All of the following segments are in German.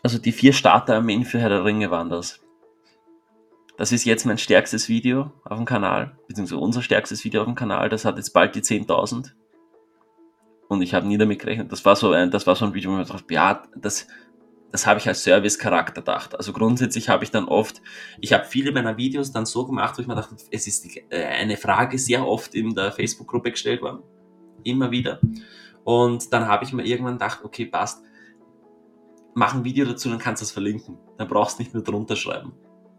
Also die 4 Starterarmeen für Herr der Ringe waren das. Das ist jetzt mein stärkstes Video auf dem Kanal, beziehungsweise unser stärkstes Video auf dem Kanal. Das hat jetzt bald die 10.000. Und ich habe nie damit gerechnet. Das war so ein Video, wo ich mir dachte, ja, das habe ich als Service-Charakter gedacht. Also grundsätzlich habe ich habe viele meiner Videos dann so gemacht, wo ich mir dachte, es ist eine Frage sehr oft in der Facebook-Gruppe gestellt worden. Immer wieder. Und dann habe ich mir irgendwann gedacht, okay, passt, mach ein Video dazu, dann kannst du es verlinken. Dann brauchst du nicht nur drunter schreiben.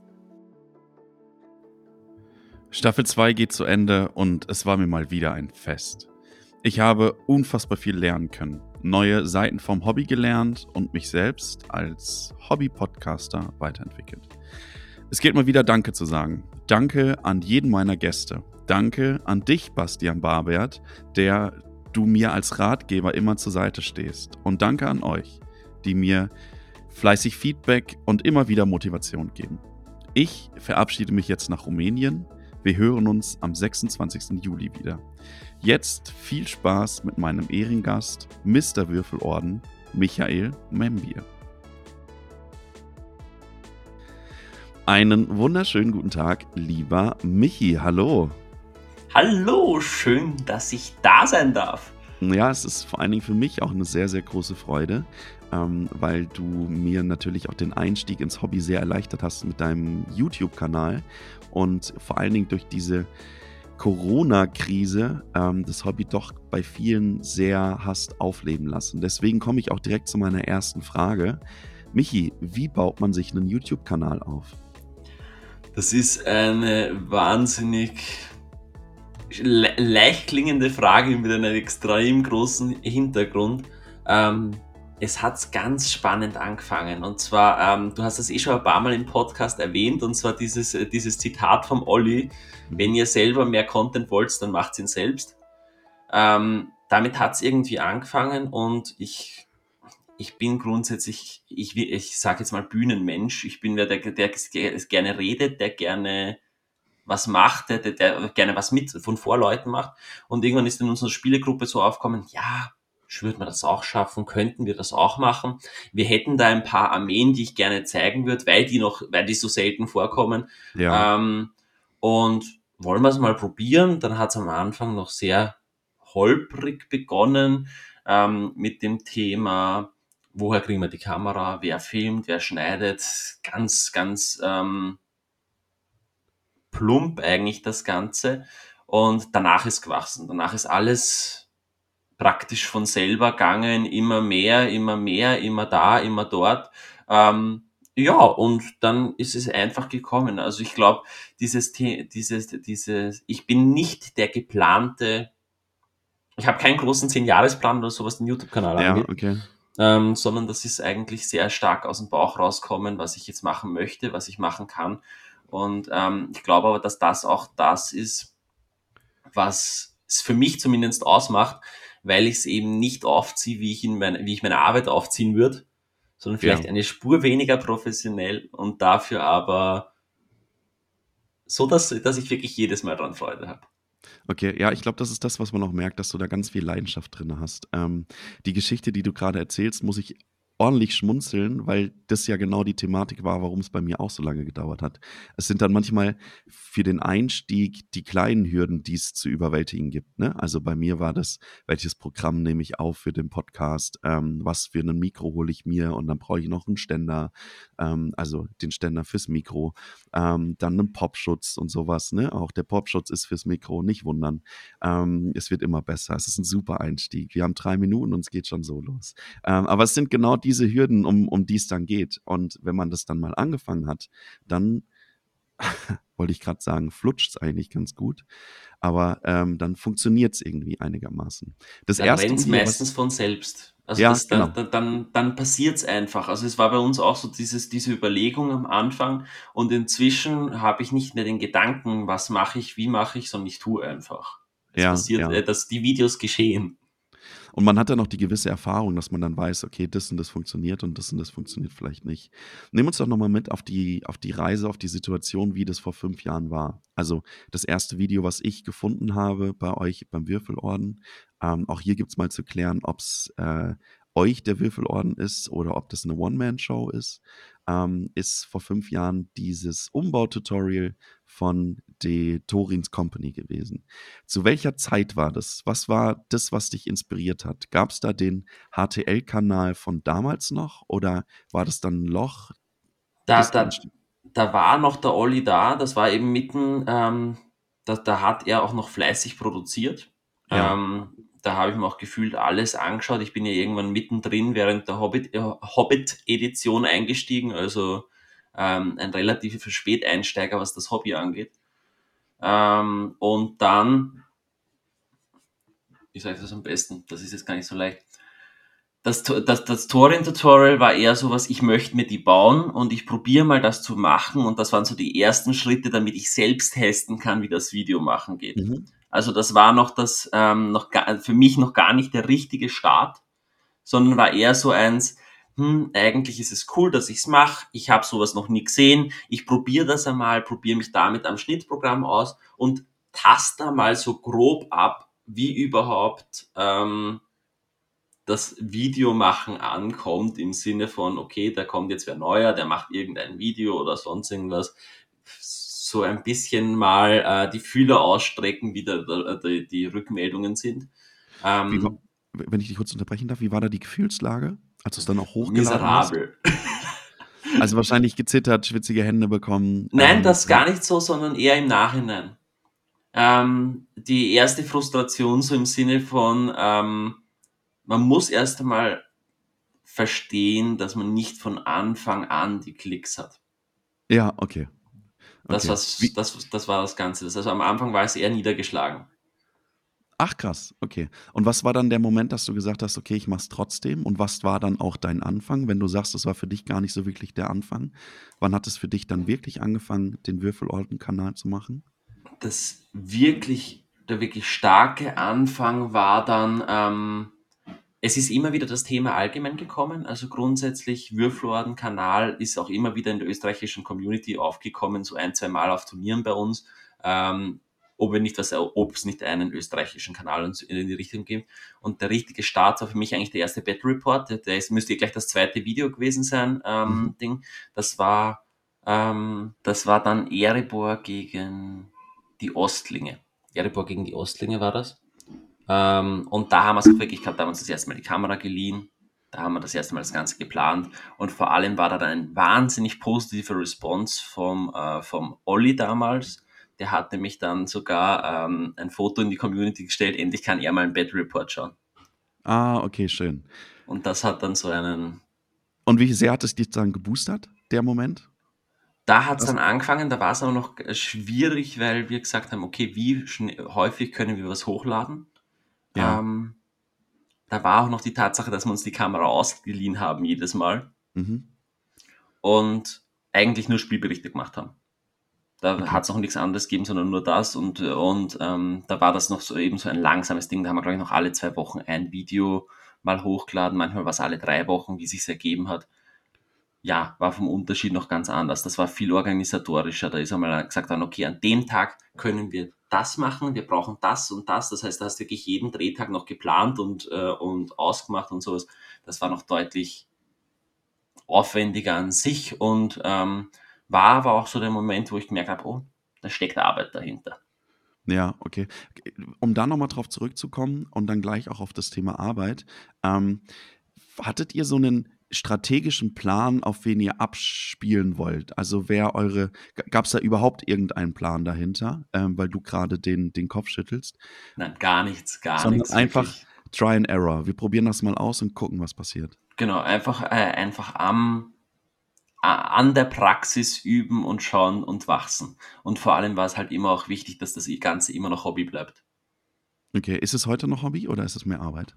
Staffel 2 geht zu Ende und es war mir mal wieder ein Fest. Ich habe unfassbar viel lernen können, neue Seiten vom Hobby gelernt und mich selbst als Hobby-Podcaster weiterentwickelt. Es gilt mal wieder Danke zu sagen. Danke an jeden meiner Gäste. Danke an dich, Bastian Barbert, der du mir als Ratgeber immer zur Seite stehst. Und danke an euch, die mir fleißig Feedback und immer wieder Motivation geben. Ich verabschiede mich jetzt nach Rumänien. Wir hören uns am 26. Juli wieder. Jetzt viel Spaß mit meinem Ehrengast, Mr. Würfelorden, Michael Membier. Einen wunderschönen guten Tag, lieber Michi. Hallo. Hallo, schön, dass ich da sein darf. Ja, es ist vor allen Dingen für mich auch eine sehr, sehr große Freude, weil du mir natürlich auch den Einstieg ins Hobby sehr erleichtert hast mit deinem YouTube-Kanal und vor allen Dingen durch diese Corona-Krise das Hobby doch bei vielen sehr hast aufleben lassen. Deswegen komme ich auch direkt zu meiner ersten Frage. Michi, wie baut man sich einen YouTube-Kanal auf? Das ist eine wahnsinnig leicht klingende Frage mit einem extrem großen Hintergrund. Es hat ganz spannend angefangen. Und zwar, du hast das schon ein paar Mal im Podcast erwähnt, und zwar dieses Zitat vom Olli: Wenn ihr selber mehr Content wollt, dann macht ihn selbst. Damit hat es irgendwie angefangen, und ich bin grundsätzlich, ich sage jetzt mal Bühnenmensch. Ich bin der gerne redet, der gerne was macht, der gerne was von Vorleuten macht. Und irgendwann ist in unserer Spielegruppe so aufgekommen, ja, würden wir das auch schaffen, könnten wir das auch machen. Wir hätten da ein paar Armeen, die ich gerne zeigen würde, weil die so selten vorkommen. Ja. Und wollen wir es mal probieren? Dann hat es am Anfang noch sehr holprig begonnen, mit dem Thema, woher kriegen wir die Kamera, wer filmt, wer schneidet, ganz, ganz plump eigentlich das Ganze. Und danach ist gewachsen. Danach ist alles praktisch von selber gegangen, immer mehr, immer da, immer dort. Ja, und dann ist es einfach gekommen. Also ich glaube, ich bin nicht der geplante, ich habe keinen großen 10-Jahresplan oder so, was den YouTube-Kanal Ja, angeht. okay. Sondern das ist eigentlich sehr stark aus dem Bauch rauskommen, was ich jetzt machen möchte, was ich machen kann. Und ich glaube aber, dass das auch das ist, was es für mich zumindest ausmacht, weil ich es eben nicht aufziehe, wie ich meine Arbeit aufziehen würde, sondern vielleicht Ja. eine Spur weniger professionell und dafür aber so, dass ich wirklich jedes Mal dran Freude habe. Okay, ja, ich glaube, das ist das, was man auch merkt, dass du da ganz viel Leidenschaft drin hast. Die Geschichte, die du gerade erzählst, muss ich ordentlich schmunzeln, weil das ja genau die Thematik war, warum es bei mir auch so lange gedauert hat. Es sind dann manchmal für den Einstieg die kleinen Hürden, die es zu überwältigen gibt. Ne? Also bei mir war das, welches Programm nehme ich auf für den Podcast, was für ein Mikro hole ich mir und dann brauche ich noch einen Ständer, also den Ständer fürs Mikro, dann einen Popschutz und sowas. Ne? Auch der Popschutz ist fürs Mikro, nicht wundern. Es wird immer besser. Es ist ein super Einstieg. Wir haben 3 Minuten und es geht schon so los. Aber es sind genau diese Hürden, um die es dann geht. Und wenn man das dann mal angefangen hat, dann wollte ich gerade sagen, flutscht es eigentlich ganz gut. Aber dann funktioniert es irgendwie einigermaßen. Das Dann erste rennt es Video, meistens was. von selbst. Also Ja, genau. dann passiert es einfach. Also es war bei uns auch so diese Überlegung am Anfang, und inzwischen habe ich nicht mehr den Gedanken, was mache ich, wie mache ich, sondern ich tue einfach. Es Ja, passiert, ja. dass die Videos geschehen. Und man hat dann auch die gewisse Erfahrung, dass man dann weiß, okay, das und das funktioniert und das funktioniert vielleicht nicht. Nimm uns doch nochmal mit auf die Reise, auf die Situation, wie das vor 5 Jahren war. Also das erste Video, was ich gefunden habe bei euch beim Würfelorden. Auch hier gibt es mal zu klären, ob es euch der Würfelorden ist oder ob das eine One-Man-Show ist vor 5 Jahren dieses Umbaututorial von de Torins Company gewesen. Zu welcher Zeit war das? Was war das, was dich inspiriert hat? Gab es da den HTL-Kanal von damals noch oder war das dann ein Loch? Wie Da, ist der da, entstanden? da war noch der Olli da, das war eben mitten, da hat er auch noch fleißig produziert. Ja. Da habe ich mir auch gefühlt alles angeschaut. Ich bin ja irgendwann mittendrin während der Hobbit-Edition eingestiegen, also ein relativ Späteinsteiger, was das Hobby angeht. Und dann, wie sage ich das am besten? Das ist jetzt gar nicht so leicht. Das Thorin-Tutorial war eher so was, ich möchte mir die bauen und ich probiere mal das zu machen und das waren so die ersten Schritte, damit ich selbst testen kann, wie das Video machen geht. Mhm. Also das war noch für mich noch gar nicht der richtige Start, sondern war eher so eins, eigentlich ist es cool, dass ich's mache, ich habe sowas noch nie gesehen, ich probiere das einmal, probiere mich damit am Schnittprogramm aus und taste da mal so grob ab, wie überhaupt das Videomachen ankommt, im Sinne von, okay, da kommt jetzt wer neuer, der macht irgendein Video oder sonst irgendwas. So ein bisschen mal die Fühler ausstrecken, wie die Rückmeldungen sind. Wie wa Ähm, Wenn ich dich kurz unterbrechen darf, wie war da die Gefühlslage, als du's dann auch hochgeladen hast? Miserabel. Also, wahrscheinlich gezittert, schwitzige Hände bekommen, Nein, das ja? gar nicht so, sondern eher im Nachhinein. Die erste Frustration so im Sinne von, man muss erst einmal verstehen, dass man nicht von Anfang an die Klicks hat. Ja, okay, Das, okay. was, das war das Ganze. Also am Anfang war es eher niedergeschlagen. Ach krass, okay. Und was war dann der Moment, dass du gesagt hast: „Okay, ich mache es trotzdem“? Und was war dann auch dein Anfang, wenn du sagst, das war für dich gar nicht so wirklich der Anfang? Wann hat es für dich dann wirklich angefangen, den Würfelorden-Kanal zu machen? Der wirklich starke Anfang war dann, es ist immer wieder das Thema allgemein gekommen. Also grundsätzlich Würfelorden-Kanal ist auch immer wieder in der österreichischen Community aufgekommen, so ein, zwei Mal auf Turnieren bei uns. Ähm, ob es nicht einen österreichischen Kanal in die Richtung gibt. Und der richtige Start war für mich eigentlich der erste Battle Report. Müsste gleich das zweite Video gewesen sein, Mhm. Ding. Das war dann Erebor gegen die Ostlinge. Erebor gegen die Ostlinge war das. Und da haben wir es wirklich gehabt, da haben wir uns das erste Mal die Kamera geliehen, da haben wir das erste Mal das Ganze geplant und vor allem war da dann ein wahnsinnig positiver Response vom Olli damals. Der hat nämlich dann sogar ein Foto in die Community gestellt, endlich kann er mal einen Battle Report schauen. Ah, okay, schön. Und das hat dann so einen, Und wie sehr hat es dich dann geboostert, der Moment? da hat es Das dann angefangen, da war es aber noch schwierig, weil wir gesagt haben, okay, häufig können wir was hochladen? Ja. Ähm, Da war auch noch die Tatsache, dass wir uns die Kamera ausgeliehen haben jedes Mal Mhm. und eigentlich nur Spielberichte gemacht haben. Da Okay. hat es noch nichts anderes gegeben, sondern nur das und da war das noch so eben so ein langsames Ding. Da haben wir, glaube ich, noch alle 2 Wochen ein Video mal hochgeladen, manchmal war es alle 3 Wochen, wie sich's ergeben hat. Ja, war vom Unterschied noch ganz anders. Das war viel organisatorischer. Da ist einmal gesagt worden, okay, an dem Tag können wir das machen, wir brauchen das und das. Das heißt, da hast du wirklich jeden Drehtag noch geplant und ausgemacht und sowas. Das war noch deutlich aufwendiger an sich und war aber auch so der Moment, wo ich gemerkt habe, oh, da steckt Arbeit dahinter. Ja, okay. Um da noch mal drauf zurückzukommen und dann gleich auch auf das Thema Arbeit. Ähm, Hattet ihr so einen strategischen Plan, auf wen ihr abspielen wollt? Also, wer eure gab es da überhaupt irgendeinen Plan dahinter, weil du gerade den Kopf schüttelst? Nein, gar Sondern nichts, einfach wirklich. Try and Error. Wir probieren das mal aus und gucken, was passiert. Genau, einfach an der Praxis üben und schauen und wachsen. Und vor allem war es halt immer auch wichtig, dass das Ganze immer noch Hobby bleibt. Okay, ist es heute noch Hobby oder ist es mehr Arbeit?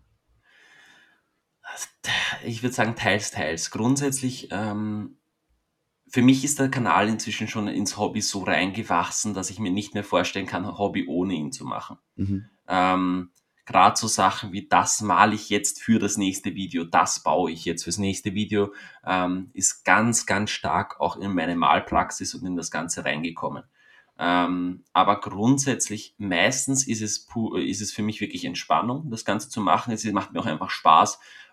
Ich würde sagen, teils, teils. Grundsätzlich, für mich ist der Kanal inzwischen schon ins Hobby so reingewachsen, dass ich mir nicht mehr vorstellen kann, Hobby ohne ihn zu machen. Mhm. Ähm, Gerade so Sachen wie das male ich jetzt für das nächste Video, das baue ich jetzt fürs nächste Video, ist ganz, ganz stark auch in meine Malpraxis und in das Ganze reingekommen. Aber grundsätzlich, meistens ist es für mich wirklich Entspannung, das Ganze zu machen. Es macht mir auch einfach Spaß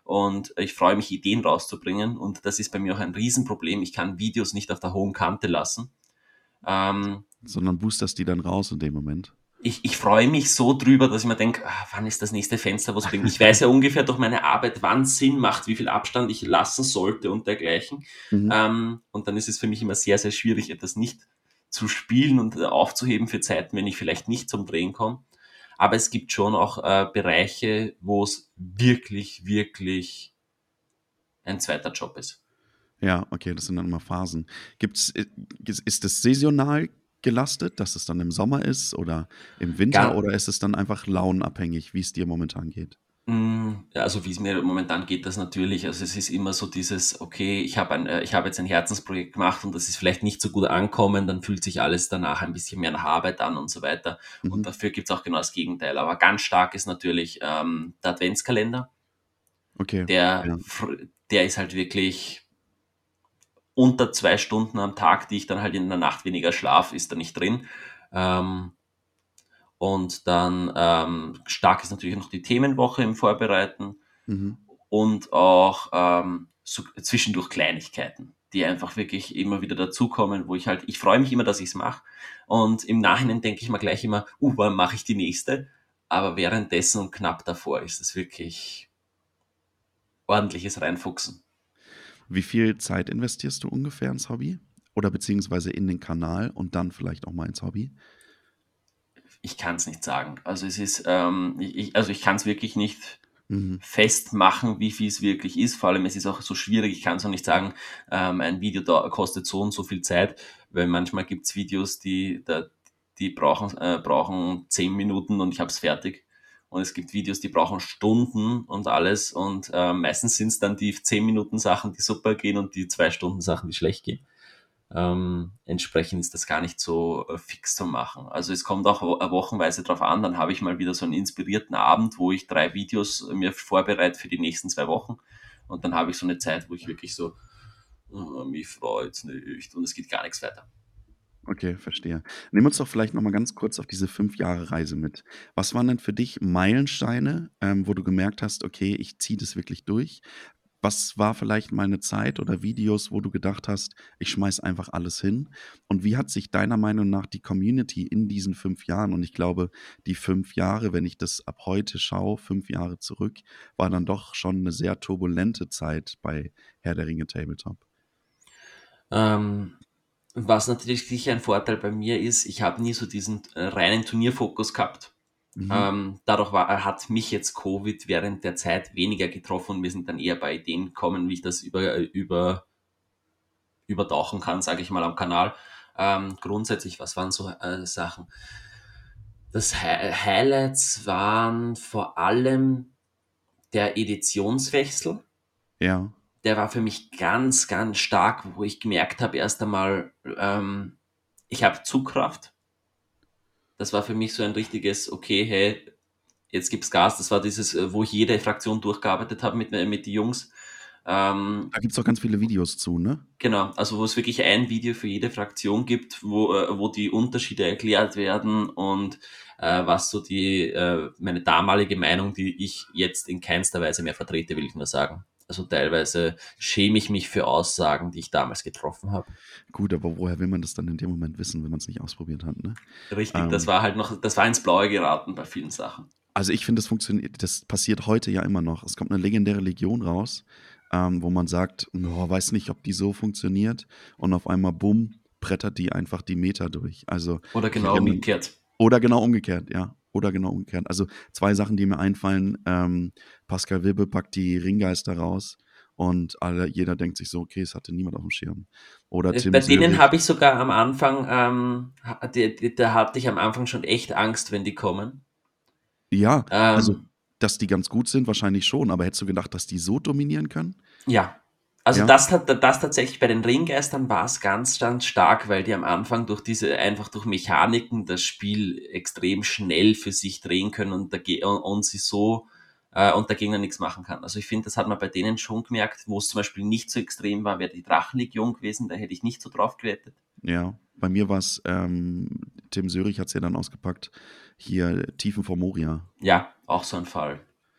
und ich freue mich, Ideen rauszubringen, und das ist bei mir auch ein Riesenproblem. Ich kann Videos nicht auf der hohen Kante lassen. Ähm, Sondern boosterst die dann raus in dem Moment. ich freue mich so drüber, dass ich mir denke, wann ist das nächste Fenster, was bringt. Ich weiß ja ungefähr durch meine Arbeit, wann es Sinn macht, wie viel Abstand ich lassen sollte und dergleichen. Mhm. Und dann ist es für mich immer sehr, sehr schwierig, etwas nicht zu spielen und aufzuheben für Zeiten, wenn ich vielleicht nicht zum Drehen komme. Aber es gibt schon auch Bereiche, wo es wirklich, wirklich ein zweiter Job ist. Ja, okay, das sind dann immer Phasen. Gibt's, ist es saisonal gelastet, dass es dann im Sommer ist oder im Winter Gar, oder ist es dann einfach launenabhängig, wie es dir momentan geht? Ja, also wie es mir momentan geht, das natürlich. Also es ist immer so dieses, okay, ich habe jetzt ein Herzensprojekt gemacht und das ist vielleicht nicht so gut ankommen, dann fühlt sich alles danach ein bisschen mehr nach Arbeit an und so weiter. Mhm. Und dafür gibt es auch genau das Gegenteil. Aber ganz stark ist natürlich der Adventskalender. Okay, Der, ja. der ist halt wirklich unter 2 Stunden am Tag, die ich dann halt in der Nacht weniger schlaf, ist da nicht drin. Ähm, und dann stark ist natürlich noch die Themenwoche im Vorbereiten. Mhm. Und auch so zwischendurch Kleinigkeiten, die einfach wirklich immer wieder dazukommen, wo ich freue mich immer, dass ich es mache. Und im Nachhinein denke ich mir gleich immer, wann mache ich die nächste? Aber währenddessen und knapp davor ist es wirklich ordentliches Reinfuchsen. Wie viel Zeit investierst du ungefähr ins Hobby? Oder beziehungsweise in den Kanal und dann vielleicht auch mal ins Hobby? Ich kann es nicht sagen. Also es ist, also ich kann es wirklich nicht Mhm. festmachen, wie viel es wirklich ist. Vor allem, es ist auch so schwierig, ich kann es auch nicht sagen, ein Video kostet so und so viel Zeit, weil manchmal gibt es Videos, die brauchen 10 Minuten und ich habe es fertig. Und es gibt Videos, die brauchen Stunden und alles. Und meistens sind es dann die 10 Minuten Sachen, die super gehen, und die 2 Stunden Sachen, die schlecht gehen. Entsprechend ist das gar nicht so fix zu machen. Also es kommt auch wochenweise drauf an, dann habe ich mal wieder so einen inspirierten Abend, wo ich 3 Videos mir vorbereite für die nächsten 2 Wochen, und dann habe ich so eine Zeit, wo ich wirklich so, mich freut's nicht, und es geht gar nichts weiter. Okay, verstehe. Nimm uns doch vielleicht noch mal ganz kurz auf diese 5 Jahre Reise mit. Was waren denn für dich Meilensteine, wo du gemerkt hast: „Okay, ich ziehe das wirklich durch?“ Was war vielleicht mal 'ne Zeit oder Videos, wo du gedacht hast: „Ich schmeiße einfach alles hin?“ Und wie hat sich deiner Meinung nach die Community in diesen 5 Jahren und ich glaube, die 5 Jahre, wenn ich das ab heute schaue, 5 Jahre zurück, war dann doch schon 'ne sehr turbulente Zeit bei Herr der Ringe Tabletop. Ähm, Was natürlich sicher ein Vorteil bei mir ist, ich habe nie so diesen reinen Turnierfokus gehabt. Mhm. Dadurch hat mich jetzt Covid während der Zeit weniger getroffen, und wir sind dann eher bei Ideen gekommen, wie ich das übertauchen kann, sage ich mal, am Kanal. Grundsätzlich, was waren so Sachen? Das Highlights waren vor allem der Editionswechsel. Ja. Der war für mich ganz, ganz stark, wo ich gemerkt habe, erst einmal, ich habe Zugkraft. Das war für mich so ein richtiges, okay, hey, jetzt gibt's Gas. Das war dieses, wo ich jede Fraktion durchgearbeitet habe mit den Jungs. Ähm, Da gibt's auch ganz viele Videos zu, ne? Genau, also wo es wirklich ein Video für jede Fraktion gibt, wo die Unterschiede erklärt werden, und was so meine damalige Meinung, die ich jetzt in keinster Weise mehr vertrete, will ich nur sagen. Also teilweise schäme ich mich für Aussagen, die ich damals getroffen habe. Gut, aber woher will man das dann in dem Moment wissen, wenn man's nicht ausprobiert hat, ne? Richtig, Ähm, das war ins Blaue geraten bei vielen Sachen. also, ich finde, das passiert heute ja immer noch. Es kommt 'ne legendäre Legion raus, wo man sagt: „Oh, weiß nicht, ob die so funktioniert“ und auf einmal, bumm, brettert die einfach die Meter durch. Also, Oder ich genau erinnere umgekehrt. oder genau umgekehrt, ja. Oder genau umgekehrt. Also, 2 Sachen, die mir einfallen, Pascal Wibbe packt die Ringgeister raus und jeder denkt sich so: „Okay, das hatte niemand aufm Schirm.“ Oder Bei Tim denen Sörich habe ich sogar am Anfang, da hatte ich am Anfang schon echt Angst, wenn die kommen. ja, also, Ähm, dass die ganz gut sind, wahrscheinlich schon, aber hättest du gedacht, dass die so dominieren können? Ja, also Ja? das tatsächlich bei den Ringgeistern war es ganz, ganz stark, weil die am Anfang einfach durch Mechaniken das Spiel extrem schnell für sich drehen können, und sie so und der Gegner nichts machen kann. Also ich finde, das hat man bei denen schon gemerkt, wo es zum Beispiel nicht so extrem war, wäre die Drachenlegion gewesen, da hätte ich nicht so drauf gewettet. Ja, bei mir war's, Tim Sörich hat's ja dann ausgepackt, hier Tiefen vor Moria. Ja, auch so ein Fall.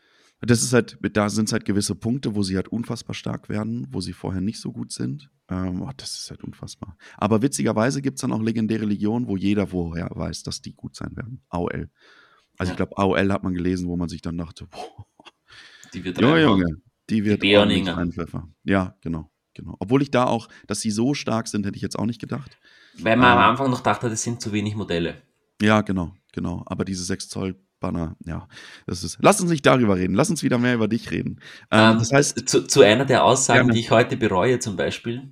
Das ist halt, da sind halt gewisse Punkte, wo sie halt unfassbar stark werden, wo sie vorher nicht so gut sind. Das ist halt unfassbar. Aber witzigerweise gibt es dann auch legendäre Legionen, wo jeder vorher weiß, dass die gut sein werden. AOL. Also ich Ja, glaube, AOL hat man gelesen, wo man sich dann dachte, boah, die wird Junge, reinhauen. Junge, die Die wird ordentlich Beoninger. reinpfeffern. Ja, genau, genau. Obwohl ich da auch, dass sie so stark sind, hätte ich jetzt auch nicht gedacht. Weil man am Ähm, Anfang noch dachte, das sind zu wenig Modelle. ja, genau, genau. Aber diese 6 Zoll Banner, ja, das ist. Lass uns nicht darüber reden. Lass uns wieder mehr über dich reden. Das heißt, Zu einer der Aussagen, gerne. die ich heute bereue zum Beispiel,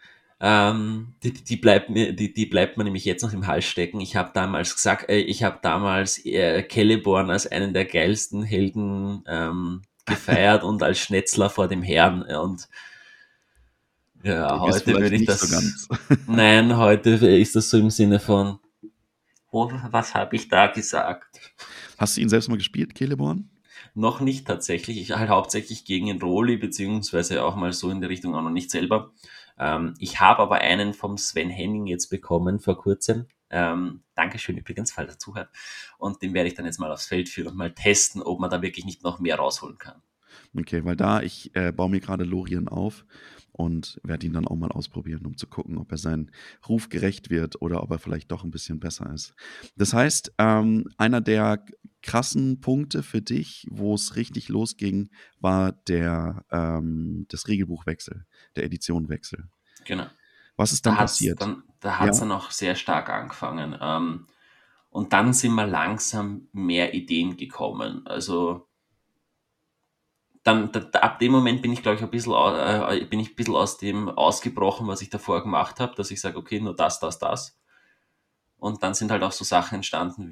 die bleibt mir nämlich jetzt noch im Hals stecken. Ich habe damals gesagt, ich habe damals Celeborn als einen der geilsten Helden gefeiert und als Schnetzler vor dem Herrn. Und ja, Dem ist heute würde vielleicht ich nicht so das, ganz. nein, heute ist das so im Sinne von, oh, was habe ich da gesagt? Hast du ihn selbst mal gespielt, Celeborn? Noch nicht tatsächlich. Ich halt hauptsächlich gegen den Roli, beziehungsweise auch mal so in der Richtung auch noch nicht selber. Ich habe aber einen vom Sven Henning jetzt bekommen vor kurzem. Dankeschön übrigens, falls er zuhört. Und den werde ich dann jetzt mal aufs Feld führen und mal testen, ob man da wirklich nicht noch mehr rausholen kann. Okay, weil ich baue mir gerade Lorien auf und werde ihn dann auch mal ausprobieren, um zu gucken, ob er seinen Ruf gerecht wird oder ob er vielleicht doch ein bisschen besser ist. Das heißt, einer der krassen Punkte für dich, wo es richtig losging, war das Regelbuchwechsel, der Editionwechsel. Genau. Was ist dann passiert? Da hat's Ja? dann auch sehr stark angefangen. Und dann sind mir langsam mehr Ideen gekommen. Also ab dem Moment bin ich, glaube ich, bin ich ein bisschen aus dem ausgebrochen, was ich davor gemacht habe, dass ich sage, okay, nur das, das, das. Und dann sind halt auch so Sachen entstanden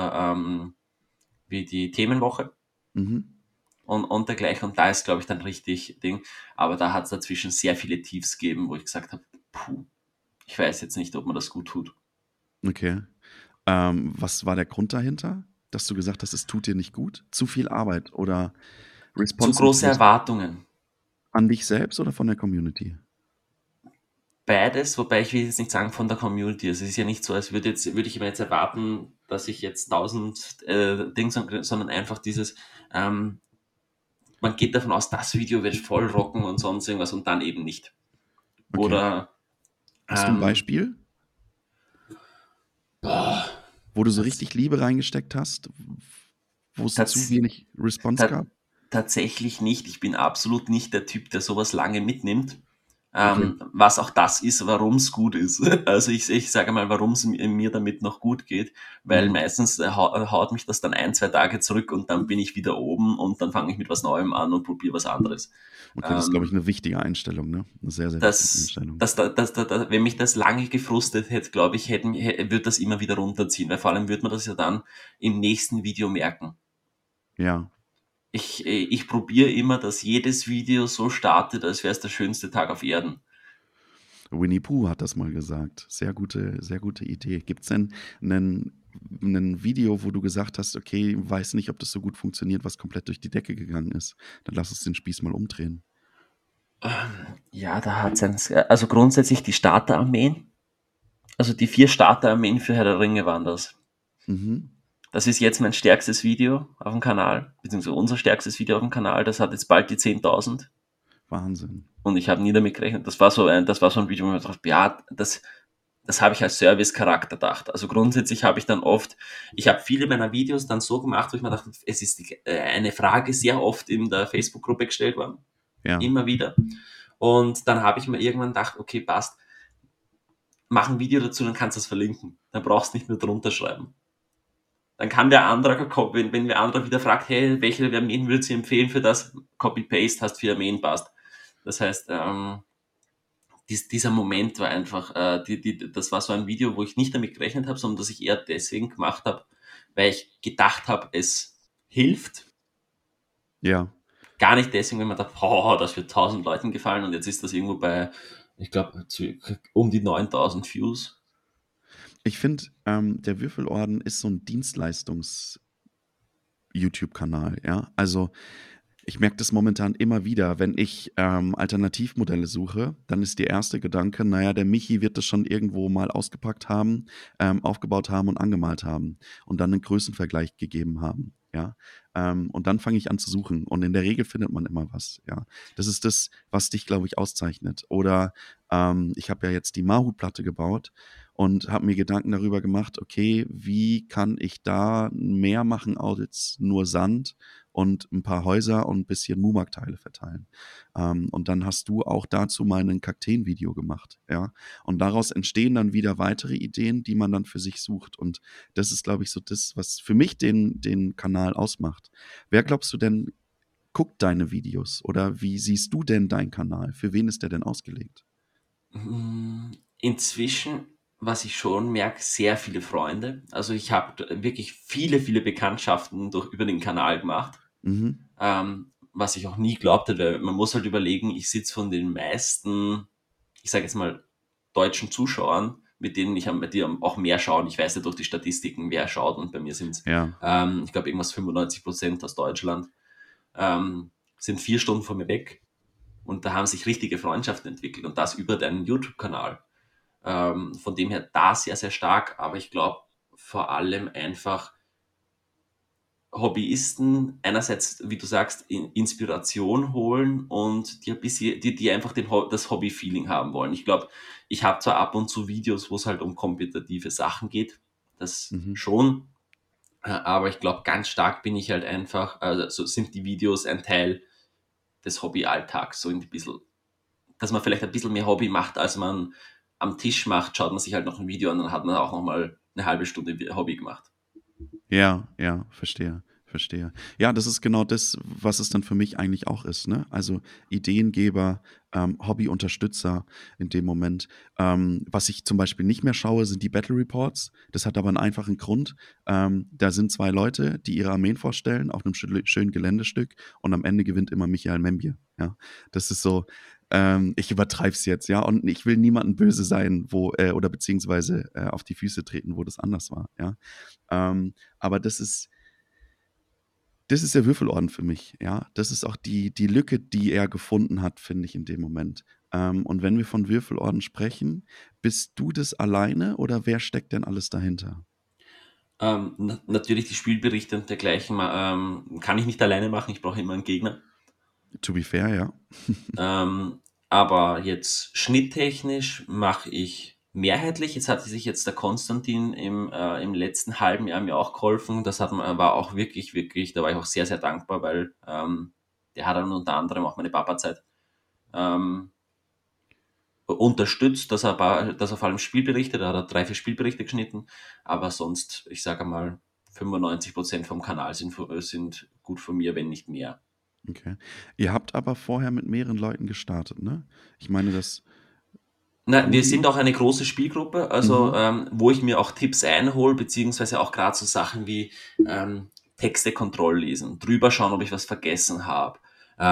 wie die Themenwoche Mhm. und dergleichen. Und da ist, glaube ich, dann richtig Ding. Aber da hat es dazwischen sehr viele Tiefs gegeben, wo ich gesagt habe, puh, ich weiß jetzt nicht, ob man das gut tut. Okay. Was war der Grund dahinter, dass du gesagt hast, es tut dir nicht gut? Zu viel Arbeit oder Zu große Responsiveness Erwartungen. an dich selbst oder von der Community? Beides, wobei ich will jetzt nicht sagen von der Community. Also es ist ja nicht so, als würde ich mir jetzt erwarten, dass ich jetzt 1000 Dings, sondern einfach dieses, ähm, man geht davon aus, das Video wird voll rocken und sonst irgendwas und dann eben nicht. Okay. Oder Hast du ein ähm, Beispiel, boah, wo du so tats richtig Liebe reingesteckt hast, wo es zu tats wenig Response ta gab? tatsächlich nicht. Ich bin absolut nicht der Typ, der sowas lange mitnimmt. Okay. Was auch das ist, warum es gut ist. Also ich sage mal, warum es mir damit noch gut geht, weil Mhm. meistens haut mich das dann ein, zwei Tage zurück und dann bin ich wieder oben und dann fange ich mit was Neuem an und probiere was anderes. Okay, das ist, glaube ich, Ähm, eine wichtige Einstellung, ne? Eine sehr, sehr wichtige Einstellung. wenn mich das lange gefrustet hätte, glaube ich, würde das immer wieder runterziehen, weil vor allem würde man das ja dann im nächsten Video merken. Ja. Ich probiere immer, dass jedes Video so startet, als wäre es der schönste Tag auf Erden. Winnie Pooh hat das mal gesagt. Sehr gute Idee. Gibt es denn ein Video, wo du gesagt hast, okay, weiß nicht, ob das so gut funktioniert, was komplett durch die Decke gegangen ist? Dann lass uns den Spieß mal umdrehen. Ja, da hat es also grundsätzlich die Starterarmeen, also die 4 Starterarmeen für Herr der Ringe waren das. Mhm. Das ist jetzt mein stärkstes Video auf dem Kanal, beziehungsweise unser stärkstes Video auf dem Kanal. Das hat jetzt bald die 10.000 Wahnsinn. und ich habe nie damit gerechnet. Das war so ein Video, wo ich mir dachte, ja, das habe ich als Service-Charakter gedacht. Also grundsätzlich habe ich dann oft, ich habe viele meiner Videos dann so gemacht, wo ich mir dachte, es ist eine Frage sehr oft in der Facebook-Gruppe gestellt worden. Ja. Immer wieder. Und dann habe ich mir irgendwann gedacht, okay, passt, mach ein Video dazu, dann kannst du es verlinken. Dann brauchst du nicht mehr drunter schreiben. Dann kann der andere, wenn der andere wieder fragt, hey, welche Armeen würdest du empfehlen für das? Copy-Paste, hast 4 Armeen, passt. Das heißt, dieser Moment war einfach, das war so ein Video, wo ich nicht damit gerechnet habe, sondern dass ich eher deswegen gemacht habe, weil ich gedacht habe, es hilft. Ja. Gar nicht deswegen, wenn man dachte, oh, das wird 1000 Leuten gefallen und jetzt ist das irgendwo bei, ich glaube, um die 9000 Views. Ich finde, der Würfelorden ist so ein Dienstleistungs-YouTube-Kanal, ja. Also ich merke das momentan immer wieder, wenn ich Alternativmodelle suche, dann ist der erste Gedanke, naja, der Michi wird das schon irgendwo mal ausgepackt haben, aufgebaut haben und angemalt haben und dann einen Größenvergleich gegeben haben. Ja, und dann fange ich an zu suchen und in der Regel findet man immer was, ja. Das ist das, was dich, glaube ich, auszeichnet. Oder ich habe ja jetzt die Mahu-Platte gebaut und habe mir Gedanken darüber gemacht, okay, wie kann ich da mehr machen als nur Sand und ein paar Häuser und ein bisschen Mumak-Teile verteilen. Und dann hast du auch dazu mal ein Kakteen-Video gemacht, ja. Und daraus entstehen dann wieder weitere Ideen, die man dann für sich sucht. Und das ist, glaube ich, so das, was für mich den Kanal ausmacht. Wer glaubst du denn, guckt deine Videos? Oder wie siehst du denn deinen Kanal? Für wen ist der denn ausgelegt? Inzwischen, was ich schon merke, sehr viele Freunde. Also ich habe wirklich viele, viele Bekanntschaften über den Kanal gemacht, Mhm. was ich auch nie glaubt hätte. Man muss halt überlegen, ich sitze von den meisten, ich sage jetzt mal, deutschen Zuschauern, mit denen die auch mehr schauen. Ich weiß ja durch die Statistiken, wer schaut, und bei mir sind es, Ja, ich glaube, irgendwas 95% aus Deutschland, sind 4 Stunden von mir weg, und da haben sich richtige Freundschaften entwickelt, und das über deinen YouTube-Kanal. Von dem her da sehr, sehr stark, aber ich glaube vor allem einfach Hobbyisten einerseits, wie du sagst, Inspiration holen und die ein bisschen, die einfach das Hobby-Feeling haben wollen. Ich glaube, ich habe zwar ab und zu Videos, wo es halt um kompetitive Sachen geht, das mhm. schon, aber ich glaube, ganz stark bin ich halt einfach, also so sind die Videos ein Teil des Hobby-Alltags, so ein bisschen, dass man vielleicht ein bisschen mehr Hobby macht, als man am Tisch macht, schaut man sich halt noch ein Video an, dann hat man auch noch mal eine halbe Stunde Hobby gemacht. Ja, ja, verstehe, verstehe. Ja, das ist genau das, was es dann für mich eigentlich auch ist, ne? Also Ideengeber, Hobbyunterstützer in dem Moment. Was ich zum Beispiel nicht mehr schaue, sind die Battle Reports. Das hat aber einen einfachen Grund. Da sind 2 Leute, die ihre Armeen vorstellen auf einem schönen Geländestück und am Ende gewinnt immer Michael Membje, ja? Das ist so, ich übertreibe es jetzt, ja? Und ich will niemandem böse sein, wo oder beziehungsweise, auf die Füße treten, wo das anders war, ja? Aber das ist der Würfelorden für mich, ja. Das ist auch die Lücke, die er gefunden hat, finde ich in dem Moment. Und wenn wir von Würfelorden sprechen, bist du das alleine oder wer steckt denn alles dahinter? Natürlich die Spielberichte und dergleichen kann ich nicht alleine machen, ich brauche immer einen Gegner. To be fair, ja. Ähm, aber jetzt schnitttechnisch mache ich mehrheitlich. Jetzt hatte sich jetzt der Konstantin im letzten halben Jahr mir auch geholfen. War auch wirklich, wirklich, da war ich auch sehr, sehr dankbar, weil der hat dann unter anderem auch meine Papa-Zeit ähm, unterstützt, dass er vor allem Spielberichte, da hat er 3, 4 Spielberichte geschnitten, aber sonst, ich sage mal, 95% vom Kanal sind gut von mir, wenn nicht mehr. Okay. Ihr habt aber vorher mit mehreren Leuten gestartet, ne? Ich meine, das Na, wir sind Rudi? auch eine große Spielgruppe, also Mhm. wo ich mir auch Tipps einhole, beziehungsweise auch gerade so Sachen wie Texte Kontrolllesen, drüber schauen, ob ich was vergessen habe.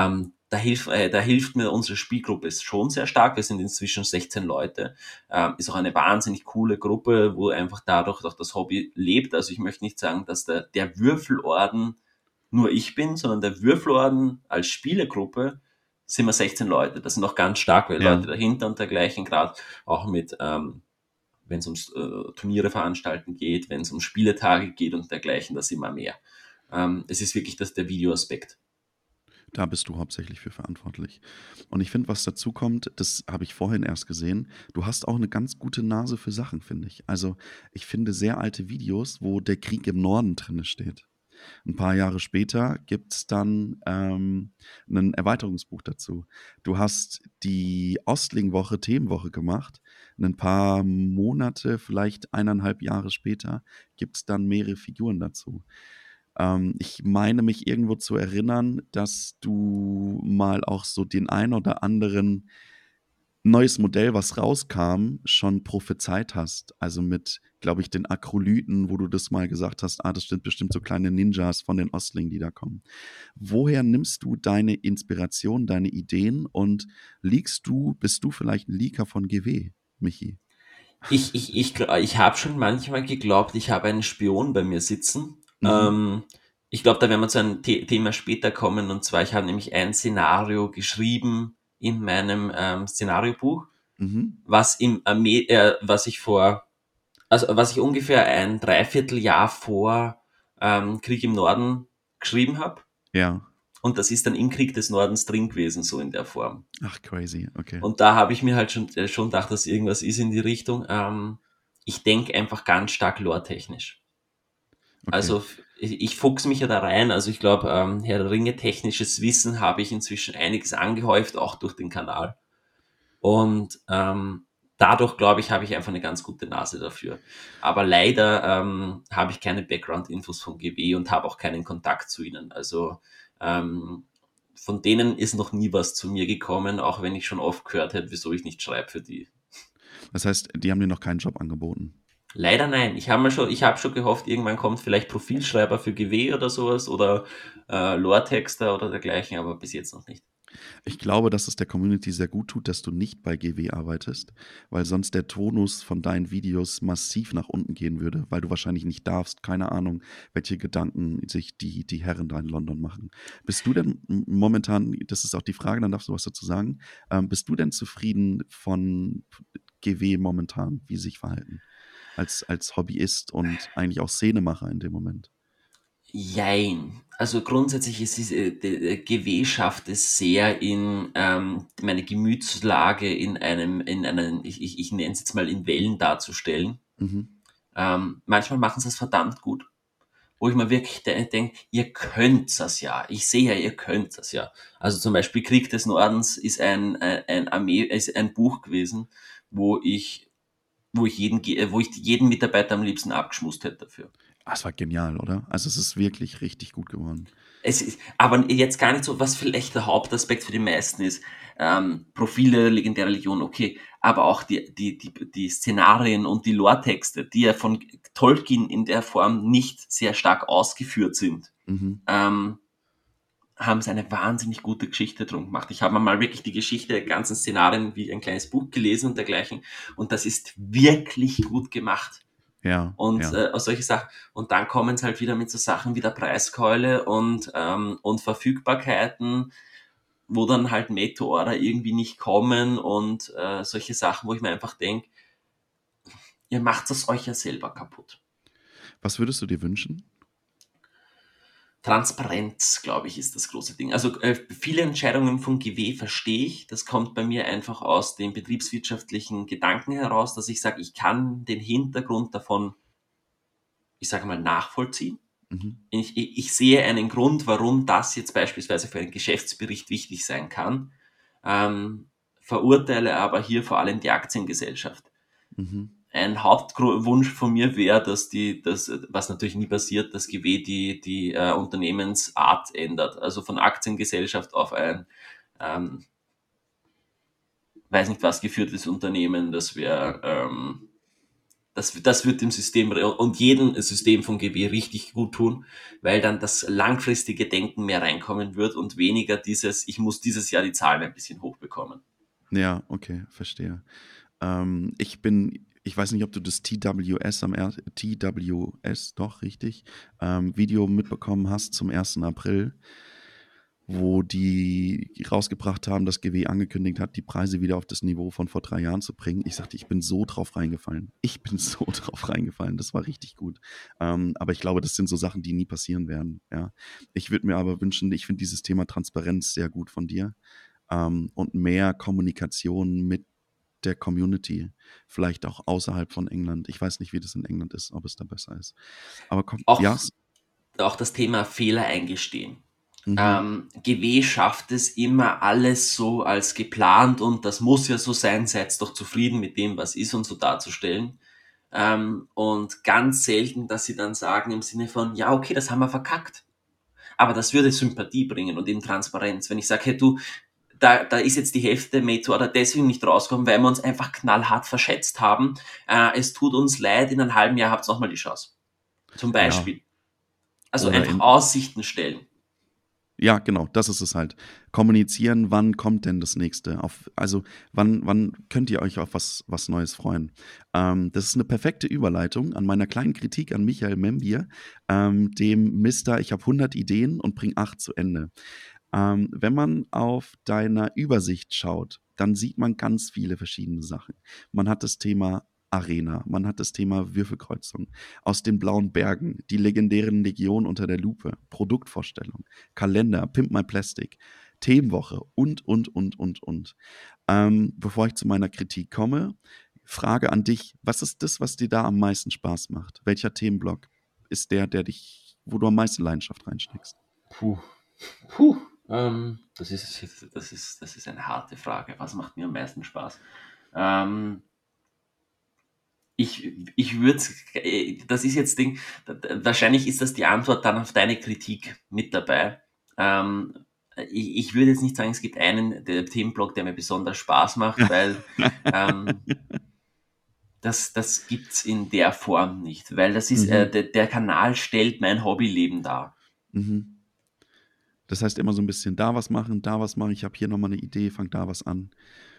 Da hilft mir unsere Spielgruppe ist schon sehr stark. Wir sind inzwischen 16 Leute. Ist auch eine wahnsinnig coole Gruppe, wo einfach dadurch auch das Hobby lebt. Also ich möchte nicht sagen, dass der Würfelorden nur ich bin, sondern der Würfelorden als Spielergruppe sind wir 16 Leute. Das sind auch ganz starke Leute Ja. dahinter und dergleichen, gerade auch wenn es ums Turniere veranstalten geht, wenn es um Spieletage geht und dergleichen, da sind wir mehr. Es ist wirklich der Videoaspekt. Da bist du hauptsächlich für verantwortlich. Und ich finde, was dazu kommt, das habe ich vorhin erst gesehen, du hast auch eine ganz gute Nase für Sachen, finde ich. Also, ich finde sehr alte Videos, wo der Krieg im Norden drinne steht. Ein paar Jahre später gibt's dann, 'nen Erweiterungsbuch dazu. Du hast die Ostling-Woche, Themenwoche gemacht. Ein paar Monate, vielleicht 1,5 Jahre später gibt's dann mehrere Figuren dazu. Ich meine mich irgendwo zu erinnern, dass du mal auch so den ein oder anderen neues Modell, was rauskam, schon prophezeit hast. Also mit, glaube ich, den Akrolyten, wo du das mal gesagt hast, das sind bestimmt so kleine Ninjas von den Ostlingen, die da kommen. Woher nimmst du deine Inspiration, deine Ideen und bist du vielleicht ein Leaker von GW, Michi? Ich habe schon manchmal geglaubt, ich habe einen Spion bei mir sitzen. Mhm. Ich glaube, da werden wir zu einem Thema später kommen. Und zwar, ich habe nämlich ein Szenario geschrieben in meinem Szenariobuch, Mhm. was ich ungefähr ein Dreivierteljahr vor Krieg im Norden geschrieben habe. Ja. Und das ist dann im Krieg des Nordens drin gewesen, so in der Form. Ach, crazy, okay. Und da habe ich mir halt schon gedacht, dass irgendwas ist in die Richtung. Ich denke einfach ganz stark lore-technisch. Okay. Also ich fuchse mich ja da rein. Also ich glaube, Herr der Ringe technisches Wissen habe ich inzwischen einiges angehäuft, auch durch den Kanal. Und dadurch, glaube ich, habe ich einfach eine ganz gute Nase dafür. Aber leider habe ich keine Background-Infos von GW und habe auch keinen Kontakt zu ihnen. Also ähm, von denen ist noch nie was zu mir gekommen, auch wenn ich schon oft gehört habe, wieso ich nicht schreibe für die. Das heißt, die haben dir noch keinen Job angeboten. Leider nein. Ich habe schon gehofft, irgendwann kommt vielleicht Profilschreiber für GW oder sowas oder Lore-Texter oder dergleichen, aber bis jetzt noch nicht. Ich glaube, dass es der Community sehr gut tut, dass du nicht bei GW arbeitest, weil sonst der Tonus von deinen Videos massiv nach unten gehen würde, weil du wahrscheinlich nicht darfst, keine Ahnung, welche Gedanken sich die Herren da in London machen. Bist du denn momentan, das ist auch die Frage, dann darfst du was dazu sagen, bist du denn zufrieden von GW momentan, wie sie sich verhalten? Als Hobbyist und eigentlich auch Szenemacher in dem Moment. Jein. Also grundsätzlich ist GW schafft es sehr in meine Gemütslage ich nenne es jetzt mal in Wellen darzustellen. Mhm. Manchmal machen sie es verdammt gut, wo ich mir wirklich denke, ihr könnt das ja. Ich sehe ja, ihr könnt das ja. Also zum Beispiel Krieg des Nordens ist ist ein Buch gewesen, wo ich, wo ich jeden Mitarbeiter am liebsten abgeschmust hätte dafür. Ah, es war genial, oder? Also es ist wirklich richtig gut geworden. Es ist, aber jetzt gar nicht so, was vielleicht der Hauptaspekt für die meisten ist. Profile legendärer Legion, okay, aber auch die Szenarien und die Lore-Texte, die ja von Tolkien in der Form nicht sehr stark ausgeführt sind, Mhm. ähm, haben sie eine wahnsinnig gute Geschichte drum gemacht. Ich habe mir mal wirklich die Geschichte der ganzen Szenarien wie ein kleines Buch gelesen und dergleichen und das ist wirklich gut gemacht. Ja, Und ja. aus solche Sachen. Und dann kommen es halt wieder mit so Sachen wie der Preiskeule und Verfügbarkeiten, wo dann halt Meteore irgendwie nicht kommen und solche Sachen, wo ich mir einfach denke, ihr macht es euch ja selber kaputt. Was würdest du dir wünschen? Transparenz, glaube ich, ist das große Ding. Also viele Entscheidungen von GW verstehe ich. Das kommt bei mir einfach aus dem betriebswirtschaftlichen Gedanken heraus, dass ich sage, ich kann den Hintergrund davon, ich sage mal, nachvollziehen. Mhm. Ich sehe einen Grund, warum das jetzt beispielsweise für einen Geschäftsbericht wichtig sein kann, verurteile aber hier vor allem die Aktiengesellschaft. Mhm. Ein Hauptwunsch von mir wäre, was natürlich nie passiert, dass GW die Unternehmensart ändert. Also von Aktiengesellschaft auf ein, ähm, weiß nicht was, geführtes Unternehmen. Das wird dem System und jedem System von GW richtig gut tun, weil dann das langfristige Denken mehr reinkommen wird und weniger ich muss dieses Jahr die Zahlen ein bisschen hochbekommen. Ja, okay, verstehe. Ich weiß nicht, ob du das TWS, doch, richtig, Video mitbekommen hast zum 1. April, wo die rausgebracht haben, dass GW angekündigt hat, die Preise wieder auf das Niveau von vor 3 Jahren zu bringen. Ich sagte, ich bin so drauf reingefallen. Ich bin so drauf reingefallen. Das war richtig gut. Aber ich glaube, das sind so Sachen, die nie passieren werden. Ja. Ich würde mir aber wünschen, ich finde dieses Thema Transparenz sehr gut von dir, und mehr Kommunikation mit der Community, vielleicht auch außerhalb von England. Ich weiß nicht, wie das in England ist, ob es da besser ist. Aber komm, ja, Auch, auch das Thema Fehler eingestehen. mhm. GW schafft es immer alles so als geplant und das muss ja so sein, seid doch zufrieden mit dem, was ist und so darzustellen. Und ganz selten, dass sie dann sagen im Sinne von, ja, okay, das haben wir verkackt. Aber das würde Sympathie bringen und eben Transparenz. Wenn ich sage, hey du, da ist jetzt die Hälfte Meteor deswegen nicht rausgekommen, weil wir uns einfach knallhart verschätzt haben. Es tut uns leid, in einem halben Jahr habt ihr nochmal die Chance. Zum Ja, Beispiel. Also oder einfach in, Aussichten stellen. ja, genau, das ist es halt. Kommunizieren, wann kommt denn das nächste? Also, wann könnt ihr euch auf was Neues freuen? Das ist eine perfekte Überleitung an meiner kleinen Kritik an Michael Membier, dem Mister, ich habe 100 Ideen und bring 8 zu Ende. Wenn man auf deiner Übersicht schaut, dann sieht man ganz viele verschiedene Sachen. Man hat das Thema Arena, man hat das Thema Würfelkreuzung, aus den blauen Bergen, die legendären Legion unter der Lupe, Produktvorstellung, Kalender, Pimp My Plastic, Themenwoche und. Bevor ich zu meiner Kritik komme, Frage an dich, was ist das, was dir da am meisten Spaß macht? Welcher Themenblock ist wo du am meisten Leidenschaft reinsteckst? Puh. Puh. Das ist eine harte Frage. Was macht mir am meisten Spaß? Ich würde, das ist jetzt Ding, wahrscheinlich ist das die Antwort dann auf deine Kritik mit dabei. Ich würde jetzt nicht sagen, es gibt einen Themenblock, der mir besonders Spaß macht, weil das gibt es in der Form nicht, weil das ist, der Kanal stellt mein Hobbyleben dar. Mhm. Das heißt immer so ein bisschen da was machen, ich habe hier nochmal eine Idee, fang da was an.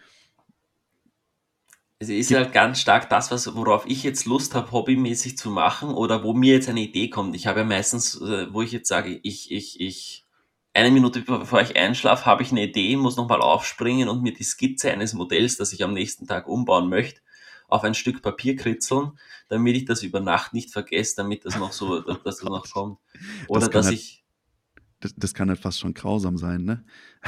Es ist halt ganz stark das, worauf ich jetzt Lust habe, hobbymäßig zu machen oder wo mir jetzt eine Idee kommt. Ich habe ja meistens, wo ich jetzt sage, eine Minute bevor ich einschlafe, habe ich eine Idee, muss nochmal aufspringen und mir die Skizze eines Modells, das ich am nächsten Tag umbauen möchte, auf ein Stück Papier kritzeln, damit ich das über Nacht nicht vergesse, damit das noch so, dass das Oh noch Gott. kommt. Oder Das kann dass halt, ich, das kann halt fast schon grausam sein, ne?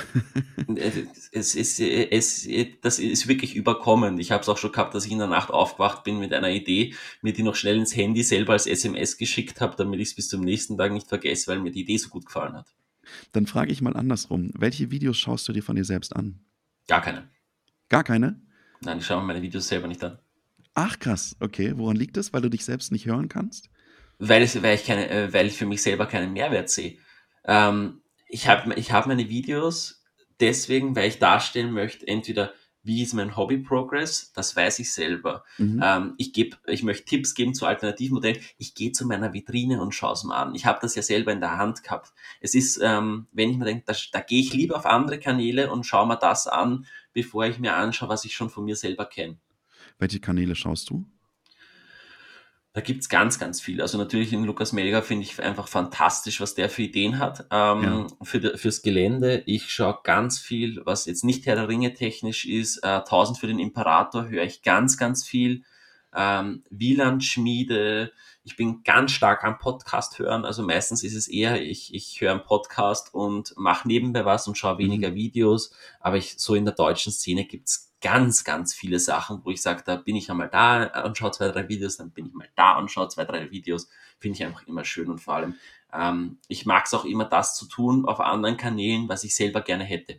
das ist wirklich überkommen. Ich habe es auch schon gehabt, dass ich in der Nacht aufgewacht bin mit einer Idee, mir die noch schnell ins Handy selber als SMS geschickt habe, damit ich es bis zum nächsten Tag nicht vergesse, weil mir die Idee so gut gefallen hat. Dann frage ich mal andersrum. Welche Videos schaust du dir von dir selbst an? Gar keine. Gar keine? Nein, ich schaue mir meine Videos selber nicht an. Ach krass, okay. Woran liegt das? Weil du dich selbst nicht hören kannst? Weil ich für mich selber keinen Mehrwert sehe. Ich hab meine Videos deswegen, weil ich darstellen möchte, entweder wie ist mein Hobby-Progress, das weiß ich selber. Mhm. Ich möchte Tipps geben zu Alternativmodellen. Ich gehe zu meiner Vitrine und schaue es mir an. Ich habe das ja selber in der Hand gehabt. Es ist, wenn ich mir denke, da gehe ich lieber auf andere Kanäle und schaue mir das an, bevor ich mir anschaue, was ich schon von mir selber kenne. Welche Kanäle schaust du? Da gibt's ganz, ganz viel. Also natürlich den Lukas Melger finde ich einfach fantastisch, was der für Ideen hat Ja. fürs Gelände. Ich schaue ganz viel, was jetzt nicht Herr der Ringe technisch ist. 1000 für den Imperator höre ich ganz, ganz viel. Wieland-Schmiede. Ich bin ganz stark am Podcast hören. Also meistens ist es eher, ich höre einen Podcast und mache nebenbei was und schaue weniger Mhm. Videos. Aber so in der deutschen Szene gibt's ganz, ganz viele Sachen, wo ich sage, da bin ich einmal da und schaue 2, 3 Videos, dann bin ich mal da und schaue 2, 3 Videos. Finde ich einfach immer schön und vor allem, ich mag es auch immer, das zu tun auf anderen Kanälen, was ich selber gerne hätte.